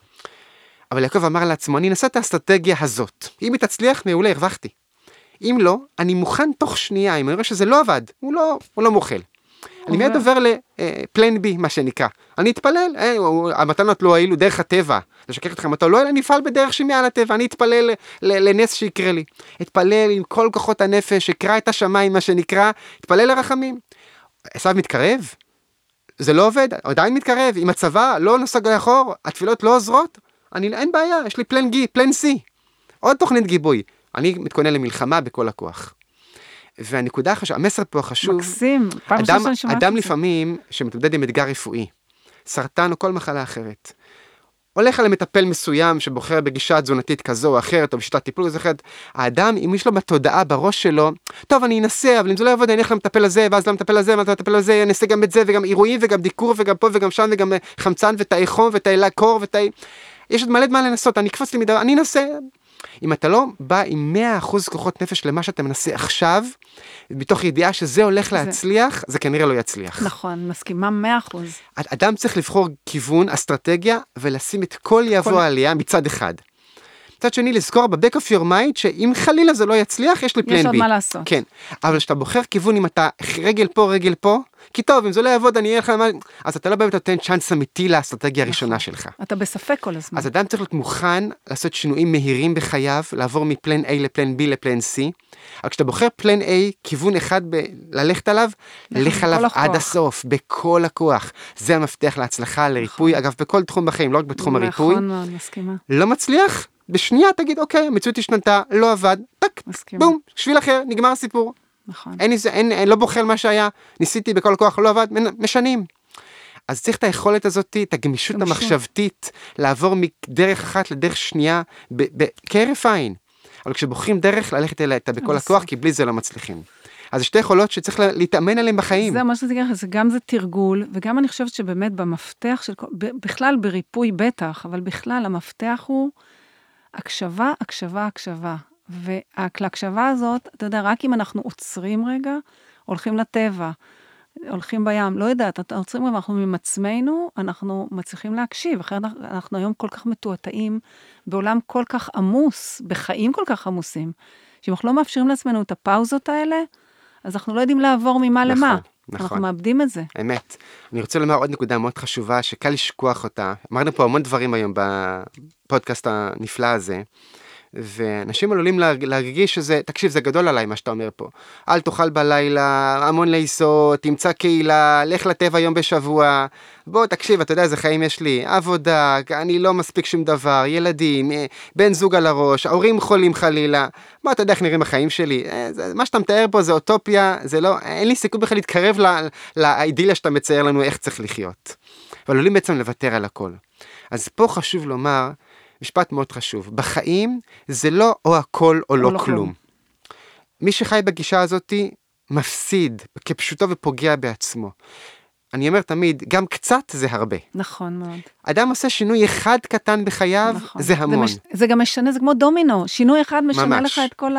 אבל יעקב אמר לעצמו, אני אנסה את האסטרטגיה הזאת. אם היא תצליח, מעולה, הרווחתי. אם לא, אני מוכן תוך שנייה, אם אני רואה שזה לא עבד, הוא לא מוכל. אני מיד עובר לפלן בי, מה שנקרא. אני אתפלל, המתנות לא העילו דרך הטבע, לשכח את חמתו, לא, אני אפעל בדרך שמעל הטבע, אני אתפלל לנס שיקרה לי. אתפלל עם כל כוחות הנפש, אקרא את השמיים, מה שנקרא, אתפלל לרחמים. עשיו מתקרב, זה לא עובד, עדיין מתקרב, עם הצבא לא נסוג לאחור, התפילות לא עוזרות, אין בעיה, יש לי פלן C, עוד תוכנית גיבוי, אני מתכונן למלחמה בכל הכוח. והנקודה המסר פה החשוב, מקסים, אדם לפעמים שמתמודד עם אתגר רפואי, סרטן או כל מחלה אחרת, הולך על מטפל מסוים שבוחר בגישה תזונתית כזו או אחרת, או בשיטת טיפול כזו אחרת, האדם, אם יש לו בתודעה בראש שלו, טוב, אני אנסה, אבל אם זה לא יעבוד, אני אלך למטפל הזה, ואז למטפל הזה, ואז למטפל הזה, אני אנסה גם את זה, וגם אירועים, וגם דיקור, וגם פה, וגם שם, וגם חמצן, ותאי חום, ותאי קור, יש עוד מלא לנסות, אני אקפוץ לי מדבר, אני אנסה. אם אתה לא בא עם 100% כוחות נפש למה שאתה מנסה עכשיו, בתוך ידיעה שזה הולך להצליח, זה כנראה לא יצליח. נכון, מסכימה 100%. אדם צריך לבחור כיוון, אסטרטגיה, ולשים את כל יבוא העלייה מצד אחד. מצד שני, לזכור ב-back of your mind, שאם חלילה זה לא יצליח, יש לי פלן בי. יש עוד מה לעשות. כן, אבל כשאתה בוחר כיוון, אם אתה רגל פה, כי טוב, אם זה לא יעבוד, אני אהיה לך, אז אתה לא באמת נותן צ'אנס אמיתי לאסטרטגיה הראשונה שלך. אתה בספק כל הזמן. אז אדם צריך להיות מוכן לעשות שינויים מהירים בחייו, לעבור מפלן A לפלן B לפלן C, אבל כשאתה בוחר פלן A, כיוון אחד ללכת עליו, לך עליו עד הסוף, בכל הכוח. זה המפתח להצלחה, לריפוי, אגב, בכל תחום בחיים, לא רק בתחום הריפוי. נכון מאוד, מסכימה. לא מצליח, בשנייה תגיד, אוקיי, המציאות השתנתה, לא עבד, טק, בום, שביל אחר, נגמר הסיפור. נכון. אין, לא בוחל מה שהיה, ניסיתי בכל הכוח, לא עבד, משנים. אז צריך את היכולת הזאת, את הגמישות המחשבתית, לעבור מדרך אחת לדרך שנייה, כהרף עין. אבל כשבוחרים דרך, ללכת אליה בכל הכוח, כי בלי זה לא מצליחים. אז שתי יכולות שצריך להתאמן עליהן בחיים. זה מה שזה ככה, גם זה תרגול, וגם אני חושבת שבאמת במפתח של, בכלל בריפוי בטח, אבל בכלל המפתח הוא הקשבה, הקשבה, הקשבה. וההקשבה הזאת, אתה יודע, רק אם אנחנו עוצרים רגע, הולכים לטבע, הולכים בים, לא יודעת, עוצרים רגע, אנחנו ממצמנו, אנחנו מצליחים להקשיב, אחרי אנחנו היום כל כך מתועתעים, בעולם כל כך עמוס, בחיים כל כך עמוסים, שאם אנחנו לא מאפשרים לעצמנו את הפאוזות האלה, אז אנחנו לא יודעים לעבור ממה למה. נכון. אנחנו מאבדים את זה. אמת. אני רוצה לומר עוד נקודה מאוד חשובה, שקל לשכוח אותה. אמרנו פה המון דברים היום בפודקאסט הנפלא הזה, ואנשים עלולים להרגיש שזה, תקשיב, זה גדול עליי מה שאתה אומר פה. אל תאכל בלילה, המון לעיסות, תמצא קהילה, לך לטבע יום בשבוע. בוא, תקשיב, אתה יודע איזה חיים יש לי, עבודה, אני לא מספיק שום דבר, ילדים, בן זוג על הראש, ההורים חולים חלילה. בוא, אתה יודע איך נראים החיים שלי. מה שאתה מתאר פה זה אוטופיה, זה לא, אין לי סיכוי בכלל להתקרב לאידיליה שאתה מצייר לנו איך צריך לחיות. אבל עלולים בעצם לוותר על הכל. אז פה חשוב לומר, משפט מאוד חשוב, בחיים זה לא או הכל או לא כלום. מי שחי בגישה הזאת מפסיד כפשוטו ופוגע בעצמו. אני אומר תמיד, גם קצת זה הרבה. נכון מאוד. אדם עושה שינוי אחד קטן בחייו, נכון. זה המון. זה גם משנה, זה כמו דומינו, שינוי אחד משנה ממש. לך את כל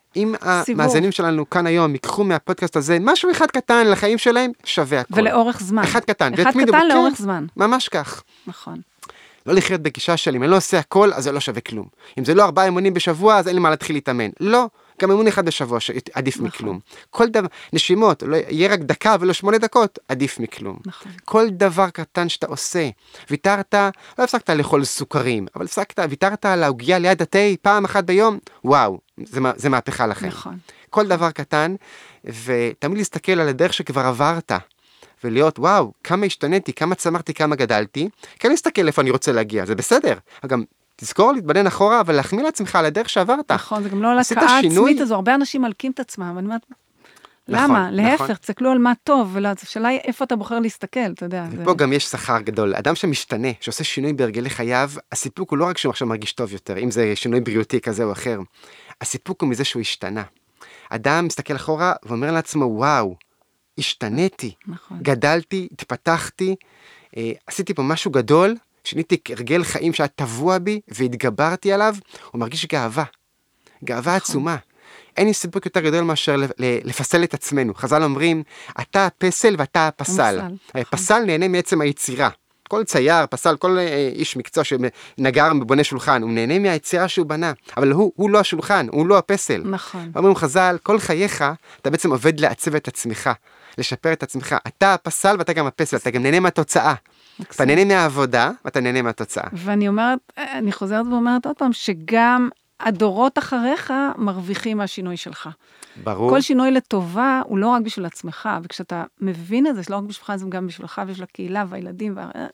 אם המאזינים שלנו כאן היום ייקחו מהפודקאסט הזה משהו אחד קטן לחיים שלהם, שווה הכל. ולאורך זמן. אחד קטן. אחד קטן לאורך זמן. ממש כך. נכון. לא לחיות בגישה של אם אני לא עושה הכל, אז זה לא שווה כלום. אם זה לא 4 אימונים בשבוע, אז אין לי מה להתחיל להתאמן. לא, גם אימון אחד בשבוע עדיף מכלום. כל דבר, נשימות, לא, יהיה רק דקה ולא 8 דקות, עדיף מכלום. נכון. כל דבר קטן שאתה עושה, ויתרת, לא הפסקת לאכול סוכרים, אבל ויתרת על העוגיה ליד התה פעם אחת ביום, וואו, זה מהפכה לכם. נכון. כל דבר קטן, ותמיד להסתכל על הדרך שכבר עברת. ולהיות, וואו, כמה השתניתי, כמה צמחתי, כמה גדלתי, כן להסתכל איפה אני רוצה להגיע, זה בסדר. גם תזכור להתבדן אחורה, אבל להחמיא לעצמך על הדרך שעברת. נכון, זה גם לא על הקאה עצמית הזו, הרבה אנשים מלקים את עצמם, אני אומרת, למה? להפך, תסתכלו על מה טוב, השאלה היא איפה אתה בוחר להסתכל, אתה יודע. ופה גם יש שכר גדול, אדם שמשתנה, שעושה שינוי בהרגלי חייו, הסיפוק הוא לא רק שהוא עכשיו מרגיש טוב יותר, אם זה שינוי בריאותי כזה או אחר, הסיפוק הוא מזה שהוא השתנה. אדם מסתכל אחורה ואומר לעצמו, וואו, השתניתי, נכון. גדלתי, התפתחתי, עשיתי פה משהו גדול, שיניתי הרגל חיים שהיה טבוע בי, והתגברתי עליו, הוא מרגיש גאווה, גאווה עצומה. אין לי סיפוק יותר גדול מאשר לפסל את עצמנו. חז"ל אומרים, אתה הפסל ואתה הפסל. פסל נהנה מעצם היצירה. כל צייר, פסל, כל איש מקצוע שנגר בונה שולחן, הוא נהנה מהיצירה שהוא בנה, אבל הוא לא השולחן, הוא לא הפסל. נכון. אומרים חז"ל, כל חייך, אתה בעצם עובד לעצב את עצמך, לשפר את עצמך. אתה הפסל ואתה גם הפסל, אתה גם נהנה מהתוצאה. אתה נהנה מהעבודה ואתה נהנה מהתוצאה. ואני אומרת, אני חוזרת ואומרת עוד פעם, שגם הדורות אחריך מרוויחים מהשינוי שלך. ברור. כל שינוי לטובה הוא לא רק בשביל עצמך, וכשאתה מבין את זה, זה לא רק בשבילך, זה גם בשבילך ובשביל הקהילה והילדים.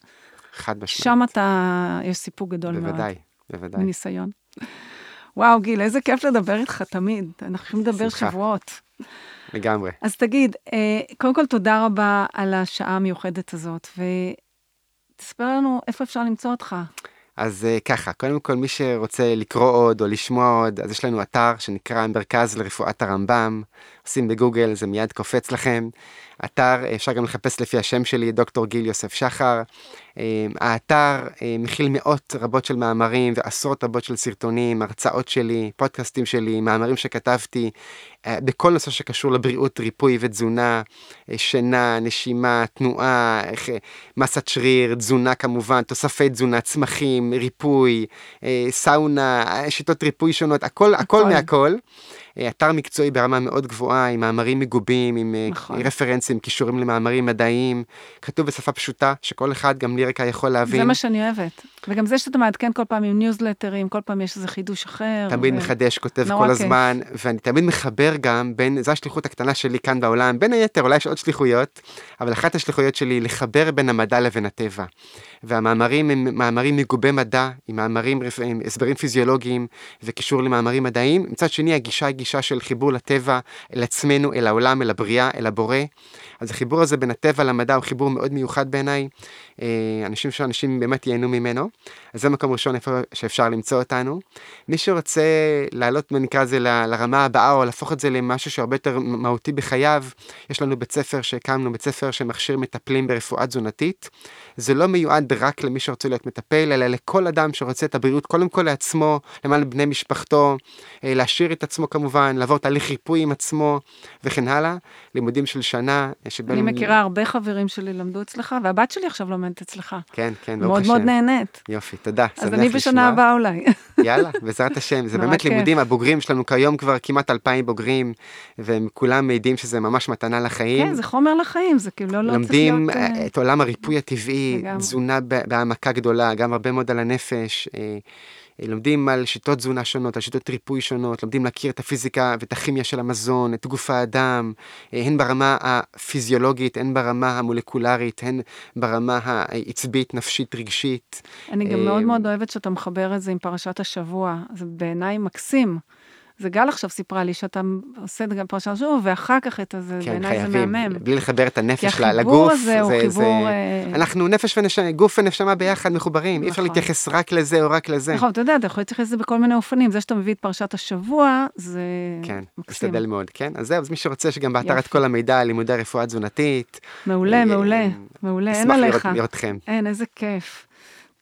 חד משמעית. שם יש סיפוק גדול מאוד. בוודאי, בוודאי. מניסיון. וואו, גיל, איזה כיף לדבר איתך תמיד. אנחנו יכולים לדבר שבועות. לגמרי. אז תגיד, קודם כל תודה רבה על השעה המיוחדת הזאת, ותספר לנו איפה אפשר למצוא אותך. אז ככה, קודם כל מי שרוצה לקרוא עוד או לשמוע עוד, אז יש לנו אתר שנקרא מרכז לרפואת הרמב"ם, עושים בגוגל, זה מיד קופץ לכם. אתר, אפשר גם לחפש לפי השם שלי, דוקטור גיל יוסף שחר. האתר מכיל מאות רבות של מאמרים ועשרות רבות של סרטונים, הרצאות שלי, פודקאסטים שלי, מאמרים שכתבתי, בכל נושא שקשור לבריאות, ריפוי ותזונה, שינה, נשימה, תנועה, מסת שריר, תזונה כמובן, תוספי תזונה, צמחים, ריפוי, סאונה, שיטות ריפוי שונות, הכל מהכל. אתר מקצועי ברמה מאוד גבוהה, עם מאמרים מגובים, עם רפרנסים, קישורים למאמרים מדעיים, כתוב בשפה פשוטה, שכל אחד גם ליריקה יכול להבין. זה מה שאני אוהבת. וגם זה שאתה מעדכן כל פעם עם ניוזלטרים, כל פעם יש איזה חידוש אחר. תמיד מחדש, כותב כל הזמן, ואני תמיד מחבר גם בין, זו השליחות הקטנה שלי כאן בעולם, בין היתר, אולי יש עוד שליחויות, אבל אחת השליחויות שלי לחבר בין המדע לבין הטבע. והמאמרים הם מאמרים מגובי מדע, עם מאמרים, עם הסברים פיזיולוגיים וקישור למאמרים מדעיים. מצד שני, הגישה היא גישה של חיבור לטבע, אל עצמנו, אל העולם, אל הבריאה, אל הבורא. אז החיבור הזה בין הטבע למדע הוא חיבור מאוד מיוחד בעיניי. אנשים באמת ייהנו ממנו. אז זה מקום ראשון שאפשר למצוא אותנו. מי שרוצה לעלות, נקרא זה לרמה הבאה, או להפוך את זה למשהו שהרבה יותר מהותי בחייו, יש לנו בית ספר שהקמנו, בית ספר שמכשיר מטפלים ברפואה תזונתית. זה לא מיועד רק למי שרוצה להיות מטפל, אלא לכל אדם שרוצה את הבריאות, קודם כל לעצמו, למען בני משפחתו, להשאיר את עצמו כמובן, לעבור תהליך ריפוי עם עצמו, וכן הלאה. לימודים של שנה. אני מכירה הרבה חברים שלי למדו אצלך, והבת שלי עכשיו לומדת אצלך. כן, כן, ברוך השם. מאוד מאוד נהנית. יופי, תודה. אז אני בשנה הבאה אולי. יאללה, בעזרת השם. זה באמת לימודים, הבוגרים שלנו כיום כבר כמעט 2,000 בוגרים, והם כולם מעידים שזה ממש מתנה לחיים. כן, זה חומר לחיים, זה כאילו לא צריך להיות... לומדים את עולם הריפוי הטבעי, תזונה בהעמקה גדולה, גם הרבה מאוד על הנפש, לומדים על שיטות תזונה שונות, על שיטות ריפוי שונות, לומדים להכיר את הפיזיקה ואת הכימיה של המזון, את גוף האדם, הן ברמה הפיזיולוגית, הן ברמה המולקולרית, הן ברמה העצבית, נפשית, רגשית. אני גם מאוד מאוד אוהבת שאתה מחבר את זה עם פרשת השבוע, זה בעיניי מקסים. זה גל עכשיו סיפרה לי שאתה עושה את גם פרשת השבוע, ואחר כך את זה, כן, בעיניי זה מהמם. בלי לחבר את הנפש לגוף. כי החיבור הזה הוא חיבור... אנחנו נפש ונשמה, גוף ונשמה ביחד מחוברים. אי אפשר להתייחס רק לזה או רק לזה. נכון, אתה יודע, אתה יכול להתייחס לזה בכל מיני אופנים. זה שאתה מביא את פרשת השבוע, זה כן, מקסים. משתדל מאוד, כן? אז זהו, אז מי שרוצה שגם באתר את כל המידע על לימודי רפואה תזונתית. מעולה, מעולה, מעולה. אין עליך. נשמח לראותכם. אין, איזה כיף.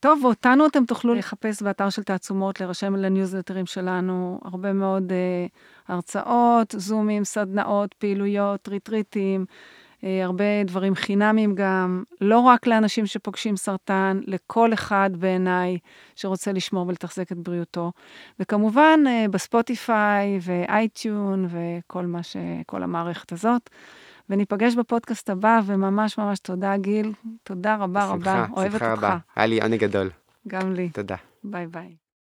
טוב, ואותנו אתם תוכלו לחפש באתר של תעצומות, להירשם לניוזלטרים שלנו, הרבה מאוד הרצאות, זומים, סדנאות, פעילויות, ריטריטים, הרבה דברים חינמים גם, לא רק לאנשים שפוגשים סרטן, לכל אחד בעיניי שרוצה לשמור ולתחזק את בריאותו. וכמובן בספוטיפיי ואייטיון וכל המערכת הזאת. וניפגש בפודקאסט הבא, וממש ממש תודה גיל, תודה רבה רבה, אוהבת אותך. היה לי עונג גדול. גם לי. תודה. ביי ביי.